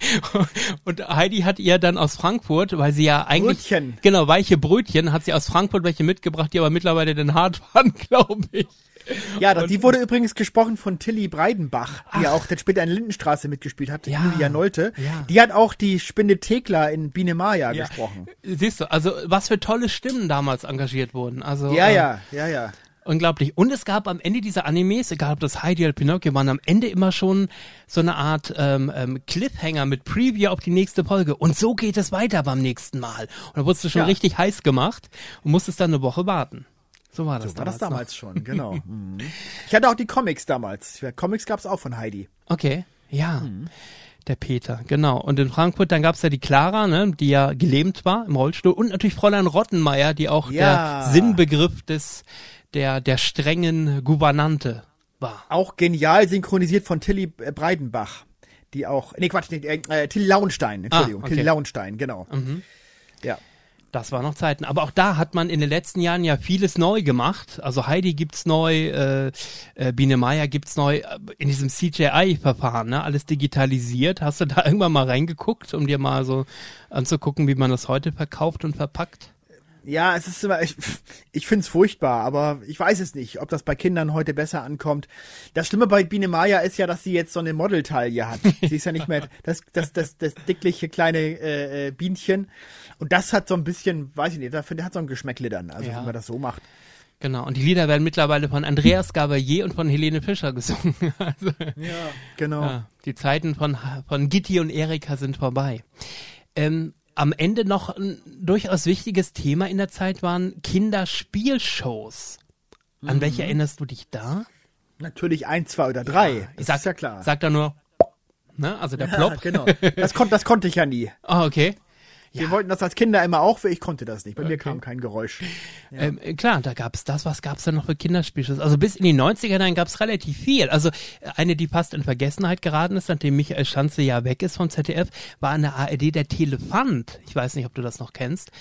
Und Heidi hat ihr dann aus Frankfurt, weil sie ja eigentlich... Brötchen. Genau, weiche Brötchen, hat sie aus Frankfurt welche mitgebracht, die aber mittlerweile dann hart waren, glaube ich. Ja, das, die wurde übrigens gesprochen von Tilly Breidenbach, die ja auch dann später in Lindenstraße mitgespielt hat, Ja. Julia Nolte. Ja. Die hat auch die Spinne Thekla in Biene Maya Ja. gesprochen. Siehst du, also was für tolle Stimmen damals engagiert wurden. Also, Ja, äh, ja, ja, ja. Unglaublich. Und es gab am Ende dieser Animes, egal ob das Heidi oder Pinocchio, waren am Ende immer schon so eine Art ähm, ähm, Cliffhanger mit Preview auf die nächste Folge. Und so geht es weiter beim nächsten Mal. Und da wurdest du schon Ja. richtig heiß gemacht und musstest dann eine Woche warten. So war das So war das damals. damals schon, genau. Mhm. Ich hatte auch die Comics damals. Ja, Comics gab's auch von Heidi. Noch. Okay, ja. Der Peter, genau. Und in Frankfurt, dann gab's ja die Clara, ne, die ja gelähmt war im Rollstuhl. Und natürlich Fräulein Rottenmeier, die auch Ja. der Sinnbegriff des der der strengen Gouvernante war. Auch genial synchronisiert von Tilly äh, Breidenbach. Die auch, nee, Quatsch, nee, äh, Tilly Lauenstein, Entschuldigung, Ah, okay. Tilly Lauenstein, genau. Mhm. Ja. Das waren noch Zeiten. Aber auch da hat man in den letzten Jahren ja vieles neu gemacht. Also Heidi gibt's neu, äh, äh, Biene Maya gibt's neu, äh, in diesem C G I-Verfahren, ne? Alles digitalisiert. Hast du da irgendwann mal reingeguckt, um dir mal so anzugucken, wie man das heute verkauft und verpackt? Ja, es ist immer, ich, ich find's furchtbar, aber ich weiß es nicht, ob das bei Kindern heute besser ankommt. Das Schlimme bei Biene Maya ist ja, dass sie jetzt so eine Modeltaille hat. Sie ist ja nicht mehr das, das, das, das dickliche kleine äh, äh, Bienchen. Und das hat so ein bisschen, weiß ich nicht, da hat so ein Geschmäckle dann, also Ja. wenn man das so macht. Genau. Und die Lieder werden mittlerweile von Andreas Gabalier und von Helene Fischer gesungen. Also, Ja, genau. ja, die Zeiten von, von Gitti und Erika sind vorbei. Ähm, am Ende noch ein durchaus wichtiges Thema in der Zeit waren Kinderspielshows. An Mhm. welche erinnerst du dich da? Natürlich ein, zwei oder drei. Das sag, ist ja klar. Sag da nur, ne? Also der Ja, Plop. genau. Das, kon das konnte ich ja nie. Ah, okay. Wir wollten das als Kinder immer auch, ich konnte das nicht. Bei mir Okay. kam kein Geräusch. Ähm, äh, klar, da gab's das, was gab's da noch für Kinderspielshows? Also bis in die neunziger hinein gab's relativ viel. Also äh, eine, die fast in Vergessenheit geraten ist, nachdem Michael Schanze ja weg ist vom Z D F, war an der A R D der Telefant. Ich weiß nicht, ob du das noch kennst.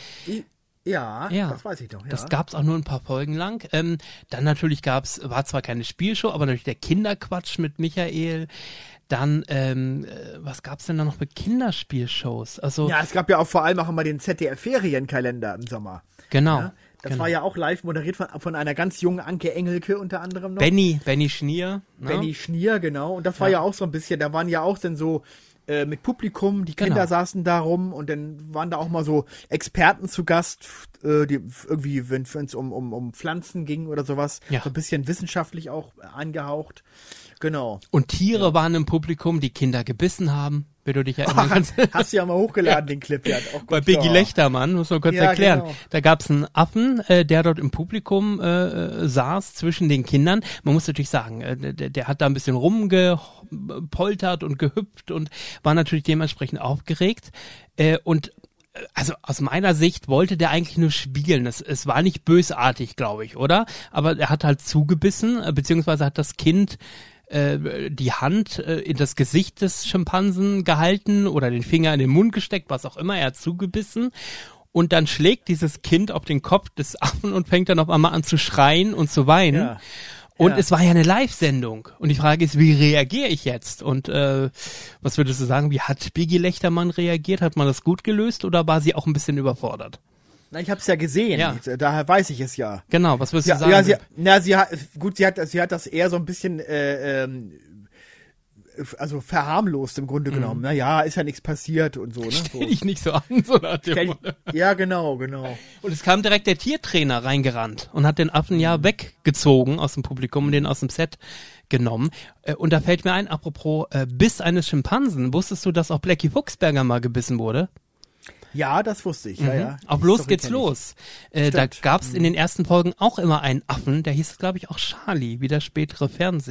Ja, Ja, das weiß ich doch. Ja. Das gab's auch nur ein paar Folgen lang. Ähm, dann natürlich gab's, war zwar keine Spielshow, aber natürlich der Kinderquatsch mit Michael. Dann, ähm, äh, was gab's denn da noch für Kinderspielshows? Also, Ja, es gab ja auch vor allem auch immer den Z D F-Ferienkalender im Sommer. genau. Ja, das genau. war ja auch live moderiert von, von einer ganz jungen Anke Engelke unter anderem noch. Benny, Benny Schnier. Ne? Benny Schnier, genau. Und das war Ja. ja auch so ein bisschen, da waren ja auch dann so äh, mit Publikum, die Kinder Genau. saßen da rum und dann waren da auch mal so Experten zu Gast, äh, die irgendwie, wenn es um, um, um Pflanzen ging oder sowas, Ja. so ein bisschen wissenschaftlich auch angehaucht. Genau. Und Tiere waren im Publikum, die Kinder gebissen haben. wenn du dich erinnern kannst. Hast du ja mal hochgeladen, ja. den Clip. Ja, auch bei Biggie ja. Lechtermann, muss man kurz ja, erklären. Genau. Da gab es einen Affen, äh, der dort im Publikum äh, saß zwischen den Kindern. Man muss natürlich sagen, äh, der, der hat da ein bisschen rumgepoltert und gehüpft und war natürlich dementsprechend aufgeregt. Äh, und also aus meiner Sicht wollte der eigentlich nur spielen. Es, es war nicht bösartig, glaube ich, oder? Aber er hat halt zugebissen, beziehungsweise hat das Kind äh, die Hand äh, in das Gesicht des Schimpansen gehalten oder den Finger in den Mund gesteckt, was auch immer. Er hat zugebissen. Und dann schlägt dieses Kind auf den Kopf des Affen und fängt dann auf einmal an zu schreien und zu weinen. Ja. Und ja. es war ja eine Live-Sendung. Und die Frage ist, wie reagiere ich jetzt? Und äh, was würdest du sagen, wie hat Biggie Lechtermann reagiert? Hat man das gut gelöst oder war sie auch ein bisschen überfordert? Na, ich habe es ja gesehen, ja. Daher weiß ich es ja. Genau, was würdest ja, du sagen? Ja, sie, na, sie hat, gut, sie hat, sie hat das eher so ein bisschen, äh, ähm, also verharmlost im Grunde genommen. Mhm. Na ja, ist ja nichts passiert und so. Ne? So. Stell dich nicht so an, so nach dem Motto. Ja, genau, genau. Und es kam direkt der Tiertrainer reingerannt und hat den Affen mhm. ja weggezogen aus dem Publikum und den aus dem Set genommen. Und da fällt mir ein, apropos äh, Biss eines Schimpansen, wusstest du, dass auch Blackie Fuchsberger mal gebissen wurde? Ja, das wusste ich. Mhm. Ja, ja. Auch Los geht's los. Äh, da gab's mhm. in den ersten Folgen auch immer einen Affen, der hieß, glaube ich, auch Charlie, wie der spätere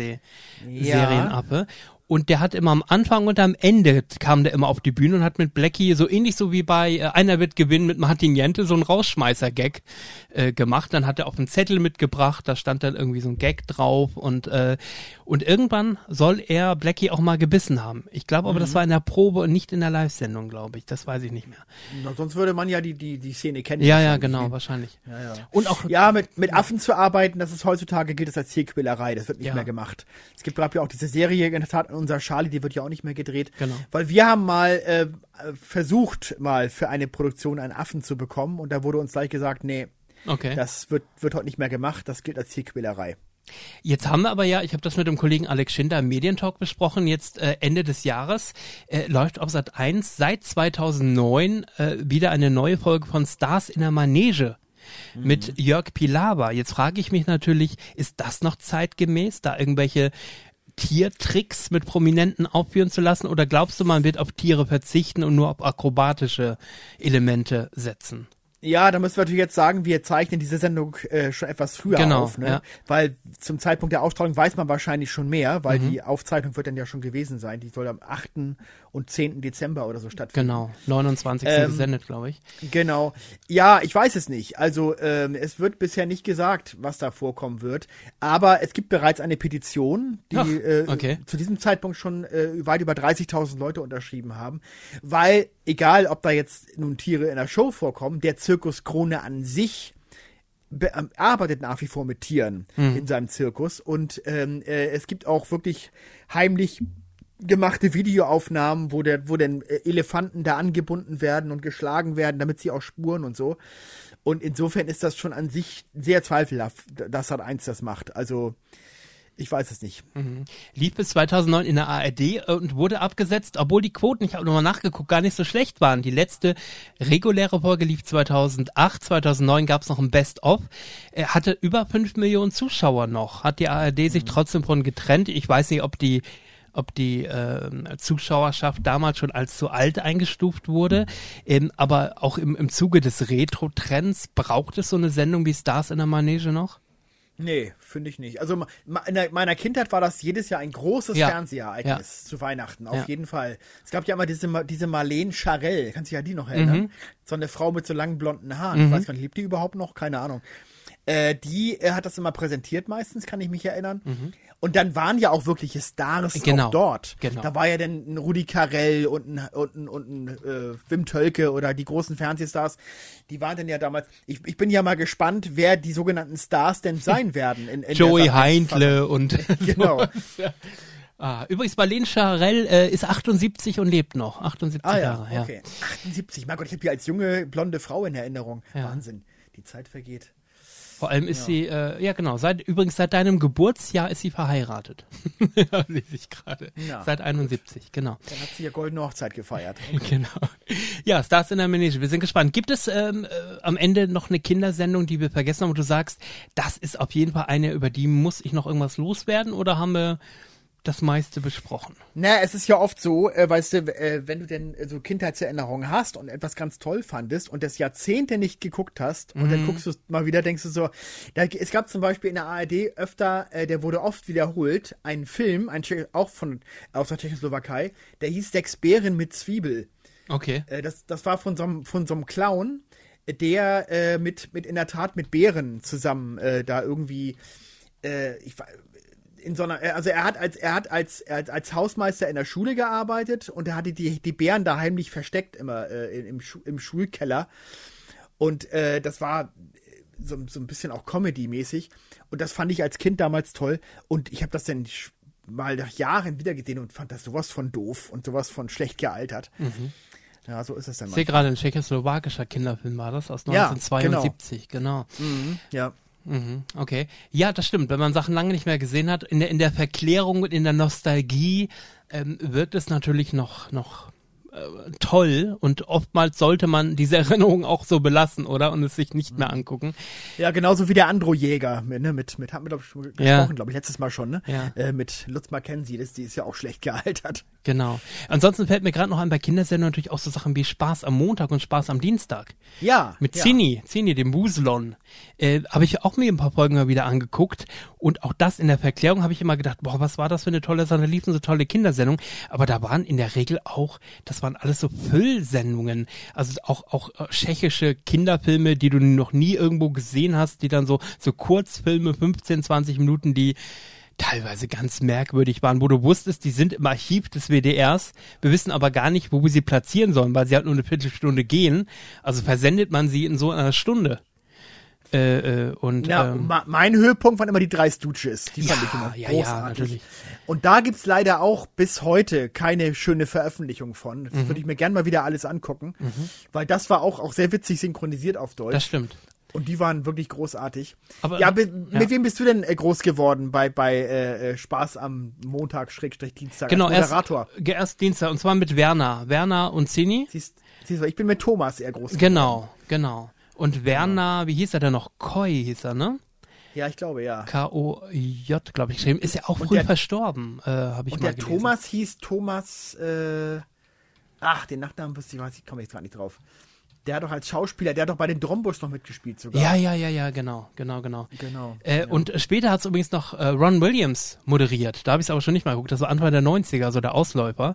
Fernsehserienaffe. Ja. Und der hat immer am Anfang und am Ende kam der immer auf die Bühne und hat mit Blackie so ähnlich so wie bei äh, Einer wird gewinnen mit Martin Jente so einen Rausschmeißer-Gag äh, gemacht. Dann hat er auf einen Zettel mitgebracht, da stand dann irgendwie so ein Gag drauf und äh, und irgendwann soll er Blackie auch mal gebissen haben. Ich glaube aber, mhm. das war in der Probe und nicht in der Live-Sendung, glaube ich. Das weiß ich nicht mehr. Na, sonst würde man ja die die die Szene kennen. Ja, ja, genau, ne? Wahrscheinlich. Ja, ja. Und auch ja, mit mit Affen zu arbeiten, das ist heutzutage gilt das als Tierquälerei. Das wird nicht ja. mehr gemacht. Es gibt glaube ich auch diese Serie in der Tat, unser Charlie, die wird ja auch nicht mehr gedreht. Genau. Weil wir haben mal äh, versucht, mal für eine Produktion einen Affen zu bekommen und da wurde uns gleich gesagt, nee, okay. das wird, wird heute nicht mehr gemacht, das gilt als Tierquälerei. Jetzt haben wir aber ja, ich habe das mit dem Kollegen Alex Schinder im Medientalk besprochen, jetzt äh, Ende des Jahres äh, läuft auf Sat eins seit zweitausendneun äh, wieder eine neue Folge von Stars in der Manege. Mhm. Mit Jörg Pilawa. Jetzt frage ich mich natürlich, ist das noch zeitgemäß, da irgendwelche Tiertricks mit Prominenten aufführen zu lassen? Oder glaubst du, man wird auf Tiere verzichten und nur auf akrobatische Elemente setzen? Ja, da müssen wir natürlich jetzt sagen, wir zeichnen diese Sendung äh, schon etwas früher genau, auf, ne? Ja. Weil zum Zeitpunkt der Ausstrahlung weiß man wahrscheinlich schon mehr, weil mhm. die Aufzeichnung wird dann ja schon gewesen sein. Die soll am achten und zehnten Dezember oder so stattfinden. Genau, neunundzwanzigsten Ähm, gesendet, glaube ich. Genau. Ja, ich weiß es nicht. Also ähm, es wird bisher nicht gesagt, was da vorkommen wird. Aber es gibt bereits eine Petition, die Ach, äh, okay. zu diesem Zeitpunkt schon äh, weit über dreißigtausend Leute unterschrieben haben. Weil, egal ob da jetzt nun Tiere in der Show vorkommen, der Zirkus Krone an sich be- ähm, arbeitet nach wie vor mit Tieren Mhm. in seinem Zirkus. Und ähm, äh, es gibt auch wirklich heimlich gemachte Videoaufnahmen, wo der, wo denn äh, Elefanten da angebunden werden und geschlagen werden, damit sie auch spuren und so. Und insofern ist das schon an sich sehr zweifelhaft, dass Sat eins das macht. Also ich weiß es nicht. Mhm. Lief bis zweitausendneun in der A R D und wurde abgesetzt, obwohl die Quoten, ich habe nochmal nachgeguckt, gar nicht so schlecht waren. Die letzte reguläre Folge lief zweitausendacht, zweitausendneun gab es noch ein Best-of. Er hatte über fünf Millionen Zuschauer noch, hat die A R D sich trotzdem von getrennt. Ich weiß nicht, ob die ob die äh, Zuschauerschaft damals schon als zu alt eingestuft wurde. Ähm, aber auch im, im Zuge des Retro-Trends braucht es so eine Sendung wie Stars in der Manege noch? Nee, finde ich nicht. Also ma- in der- meiner Kindheit war das jedes Jahr ein großes Ja. Fernsehereignis zu Weihnachten, auf Ja. jeden Fall. Es gab ja immer diese, Ma- diese Marlene Charell, kannst du dich an die noch erinnern? Mhm. So eine Frau mit so langen blonden Haaren. Mhm. Ich weiß gar nicht, lebt die überhaupt noch? Keine Ahnung. Äh, die äh, hat das immer präsentiert meistens, kann ich mich erinnern. Und dann waren ja auch wirkliche Stars Genau, auch dort. genau. Da war ja dann ein Rudi Carrell und ein, und ein, und ein äh, Wim Tölke oder die großen Fernsehstars. Die waren dann ja damals. Ich, ich bin ja mal gespannt, wer die sogenannten Stars denn sein werden. In, in Joey der Sat eins Heindle und Genau. Ja. Ah, übrigens, Marlene Charell äh, ist achtundsiebzig und lebt noch. achtundsiebzig Ah ja, Jahre, ja. okay. achtundsiebzig, mein Gott, ich habe die als junge, blonde Frau in Erinnerung. Ja. Wahnsinn, die Zeit vergeht. Vor allem ist Ja. sie, äh, ja genau, seit übrigens seit deinem Geburtsjahr ist sie verheiratet. Ja, lese ich gerade. Ja. Seit einundsiebzig, genau. Dann hat sie ja goldene Hochzeit gefeiert. Okay. Genau. Ja, Stars in der Manege, wir sind gespannt. Gibt es ähm, äh, am Ende noch eine Kindersendung, die wir vergessen haben, wo du sagst, das ist auf jeden Fall eine, über die muss ich noch irgendwas loswerden, oder haben wir das meiste besprochen. Na, es ist ja oft so, äh, weißt du, äh, wenn du denn äh, so Kindheitserinnerungen hast und etwas ganz toll fandest und das Jahrzehnte nicht geguckt hast und Mhm. dann guckst du es mal wieder, denkst du so, da, es gab zum Beispiel in der A R D öfter, äh, der wurde oft wiederholt, einen Film, ein, Tsche- auch von aus der Tschechoslowakei, der hieß Sechs Bären mit Zwiebel. Okay. Äh, das, das war von so einem von so einem Clown, der äh, mit, mit in der Tat mit Bären zusammen äh, da irgendwie äh, ich war in so einer, also er hat als er hat als er hat als Hausmeister in der Schule gearbeitet und er hatte die die Bären da heimlich versteckt immer äh, im Schu- im Schulkeller und äh, das war so, so ein bisschen auch Comedy-mäßig und das fand ich als Kind damals toll und ich habe das dann sch- mal nach Jahren wieder gesehen und fand das sowas von doof und sowas von schlecht gealtert. Mhm. Ja, so ist es dann Ich sehe gerade, ein tschechoslowakischer Kinderfilm war das, aus Ja, neunzehnhundertzweiundsiebzig, genau. Mhm, ja. Mhm, okay. Ja, das stimmt. Wenn man Sachen lange nicht mehr gesehen hat, in der, in der Verklärung und in der Nostalgie ähm, wirkt es natürlich noch, noch äh, toll und oftmals sollte man diese Erinnerung auch so belassen, oder? Und es sich nicht mehr angucken. Ja, genauso wie der Andro-Jäger, ne, mit, mit, haben wir, glaube ich, schon gesprochen, Ja. glaube ich, letztes Mal schon, ne? Ja. Äh, mit Lutz Mackenzie, das, die ist ja auch schlecht gealtert. Genau. Ansonsten fällt mir gerade noch an, bei Kindersendungen natürlich auch so Sachen wie Spaß am Montag und Spaß am Dienstag. Ja. Mit ja. Zini, Zini, dem Wuselon, äh, habe ich auch mir ein paar Folgen mal wieder angeguckt und auch das in der Verklärung habe ich immer gedacht, boah, was war das für eine tolle Sache, da liefen so tolle Kindersendungen, aber da waren in der Regel auch, das waren alles so Füllsendungen, also auch auch äh, tschechische Kinderfilme, die du noch nie irgendwo gesehen hast, die dann so so Kurzfilme, fünfzehn, zwanzig Minuten, die teilweise ganz merkwürdig waren, wo du wusstest, die sind im Archiv des W D Rs, wir wissen aber gar nicht, wo wir sie platzieren sollen, weil sie halt nur eine Viertelstunde gehen, also versendet man sie in so einer Stunde. Äh, äh, und Ja, ähm, ma- mein Höhepunkt waren immer die drei Stooges. Die fand Ja, ich immer ja, ja, großartig. natürlich. Und da gibt's leider auch bis heute keine schöne Veröffentlichung von. Das Mhm. würde ich mir gerne mal wieder alles angucken, weil das war auch, auch sehr witzig synchronisiert auf Deutsch. das stimmt. Und die waren wirklich großartig. Aber- ja, be- ja. mit wem bist du denn äh, groß geworden bei, bei äh, äh, Spaß am Montag, Schrägstrich Dienstag Genau, als erst, Moderator? ge- erst Dienstag, und zwar mit Werner. Werner und Zini. Siehst, siehst du, ich bin mit Thomas eher groß geworden. Genau, genau. Und Werner, wie hieß er denn noch? Koi hieß er, ne? Ja, ich glaube, ja. K O J, glaube ich, geschrieben. Ist ja auch Und früh der- verstorben, äh, habe ich Und mal der gelesen. Thomas hieß Thomas, äh, ach, den Nachnamen wusste ich, weiß ich, komme ich gerade nicht drauf. Der hat doch als Schauspieler, der hat doch bei den Drombos noch mitgespielt sogar. Ja, ja, ja, ja, genau, genau, genau. Genau. Äh, ja. Und später hat es übrigens noch äh, Ron Williams moderiert. Da habe ich es aber schon nicht mal geguckt. Das war Anfang der neunziger, so der Ausläufer.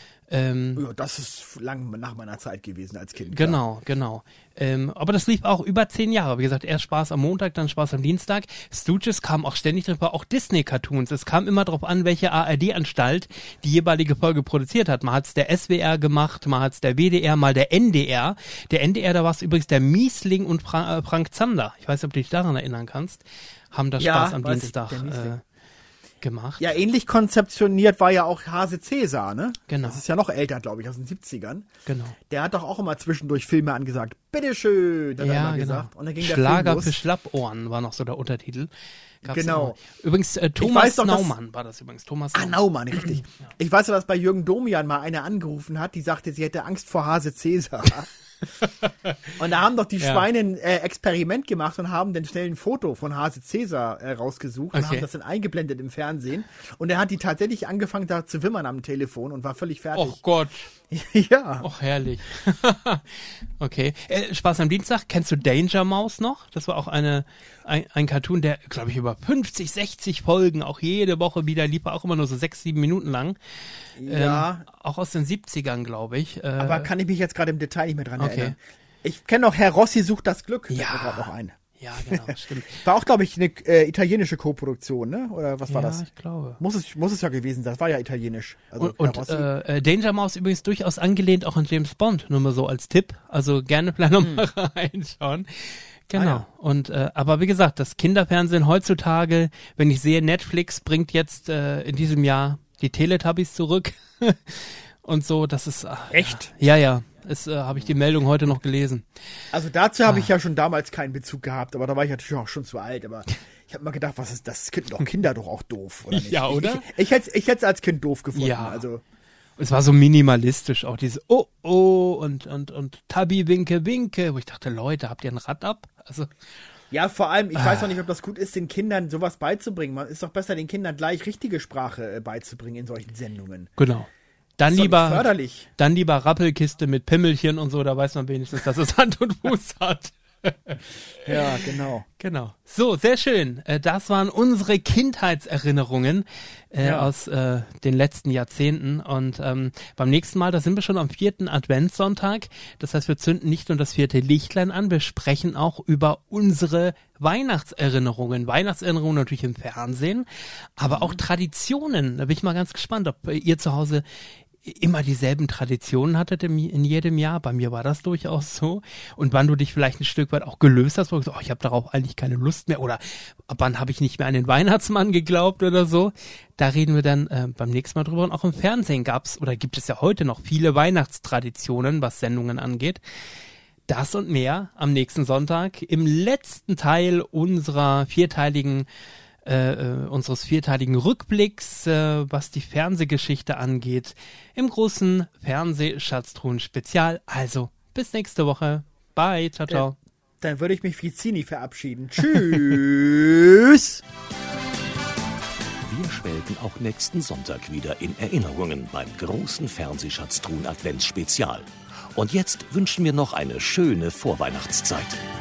Ähm, Ja, das ist lang nach meiner Zeit gewesen als Kind. klar. Genau, genau. Ähm, aber das lief auch über zehn Jahre. Wie gesagt, erst Spaß am Montag, dann Spaß am Dienstag. Stooges kam auch ständig drin, auch Disney-Cartoons. Es kam immer darauf an, welche A R D-Anstalt die jeweilige Folge produziert hat. Mal hat's der S W R gemacht, mal hat's der W D R, mal der N D R. Der N D R, da war es übrigens der Miesling und Fra äh, Frank Zander. Ich weiß nicht, ob du dich daran erinnern kannst. Haben da Ja, Spaß am weiß ich, Dienstag der Miesling. äh, gemacht. Ja, ähnlich konzeptioniert war ja auch Hase Cäsar, ne? Genau. Das ist ja noch älter, glaube ich, aus den siebzigern. Genau. Der hat doch auch immer zwischendurch Filme angesagt. Bitteschön, hat er Ja, immer genau. gesagt. Und dann ging der Schlager Film los. für Schlappohren war noch so der Untertitel. Gab's Genau. immer. Übrigens, äh, Thomas weiß doch, dass- Naumann war das übrigens. Thomas Ah, Naumann, richtig. Ich weiß ja, dass bei Jürgen Domian mal eine angerufen hat, die sagte, sie hätte Angst vor Hase Cäsar. Und da haben doch die Ja. Schweine ein äh, Experiment gemacht und haben dann schnell ein Foto von Hase Cäsar äh, rausgesucht und Okay. haben das dann eingeblendet im Fernsehen. Und er hat die tatsächlich angefangen da zu wimmern am Telefon und war völlig fertig. Och Gott. Ja. Och, herrlich. Okay. Äh, Spaß am Dienstag. Kennst du Danger Mouse noch? Das war auch eine, ein, ein Cartoon, der, glaube ich, über fünfzig, sechzig Folgen, auch jede Woche wieder lief, auch immer nur so sechs, sieben Minuten lang. Ja, Ähm, auch aus den siebzigern, glaube ich. Äh, aber kann ich mich jetzt gerade im Detail nicht mehr dran Okay. erinnern. Ich kenne noch Herr Rossi sucht das Glück. fällt Ja. mir gerade noch ein. ja, genau, stimmt. War auch, glaube ich, eine äh, italienische Koproduktion, ne? Oder was war ja, das? ich glaube. Muss es, muss es ja gewesen sein. Das war ja italienisch. Also Und, Herr und Rossi. äh, äh, Danger Mouse übrigens durchaus angelehnt auch an James Bond, nur mal so als Tipp. Also gerne vielleicht noch mal reinschauen. Genau. Ah, ja. Und äh, aber wie gesagt, das Kinderfernsehen heutzutage, wenn ich sehe, Netflix bringt jetzt äh, in diesem Jahr die Teletubbies zurück und so, das ist ach, Echt? Ja, ja. Es äh, habe ich die Meldung heute noch gelesen. Also dazu habe Ah. ich ja schon damals keinen Bezug gehabt, aber da war ich natürlich auch schon zu alt. Aber ich habe mal gedacht, was ist das? Finden doch Kinder doch auch doof, oder nicht? Ja, oder? Ich, ich, hätte ich es als Kind doof gefunden. Ja. Also Es war so minimalistisch, auch diese Oh, oh und und und Tabby, winke, winke, wo ich dachte, Leute, habt ihr ein Rad ab? Also ja, Ja, vor allem, ich ah. weiß auch nicht, ob das gut ist, den Kindern sowas beizubringen. Man ist doch besser, den Kindern gleich richtige Sprache äh, beizubringen in solchen Sendungen. Genau. Dann lieber, dann lieber Rappelkiste mit Pimmelchen und so, da weiß man wenigstens, dass es Hand und Fuß hat. Ja, genau. Genau. So, sehr schön. Das waren unsere Kindheitserinnerungen äh, ja. aus äh, den letzten Jahrzehnten. Und ähm, beim nächsten Mal, da sind wir schon am vierten Adventssonntag. Das heißt, wir zünden nicht nur das vierte Lichtlein an, wir sprechen auch über unsere Weihnachtserinnerungen. Weihnachtserinnerungen natürlich im Fernsehen, aber auch Traditionen. Da bin ich mal ganz gespannt, ob ihr zu Hause immer dieselben Traditionen hattet in jedem Jahr. Bei mir war das durchaus so. Und wann du dich vielleicht ein Stück weit auch gelöst hast, wo du sagst, oh, ich habe darauf eigentlich keine Lust mehr, oder ab wann habe ich nicht mehr an den Weihnachtsmann geglaubt oder so. Da reden wir dann äh, beim nächsten Mal drüber. Und auch im Fernsehen gab's oder gibt es ja heute noch viele Weihnachtstraditionen, was Sendungen angeht. Das und mehr am nächsten Sonntag im letzten Teil unserer vierteiligen Äh, unseres vierteiligen Rückblicks, äh, was die Fernsehgeschichte angeht, im großen Fernsehschatztruhen-Spezial. Also, bis nächste Woche. Bye, ciao, ciao. Äh, dann würde ich mich Fizini verabschieden. Tschüss! Wir schwelgen auch nächsten Sonntag wieder in Erinnerungen beim großen Fernsehschatztruhen-Adventsspezial. Und jetzt wünschen wir noch eine schöne Vorweihnachtszeit.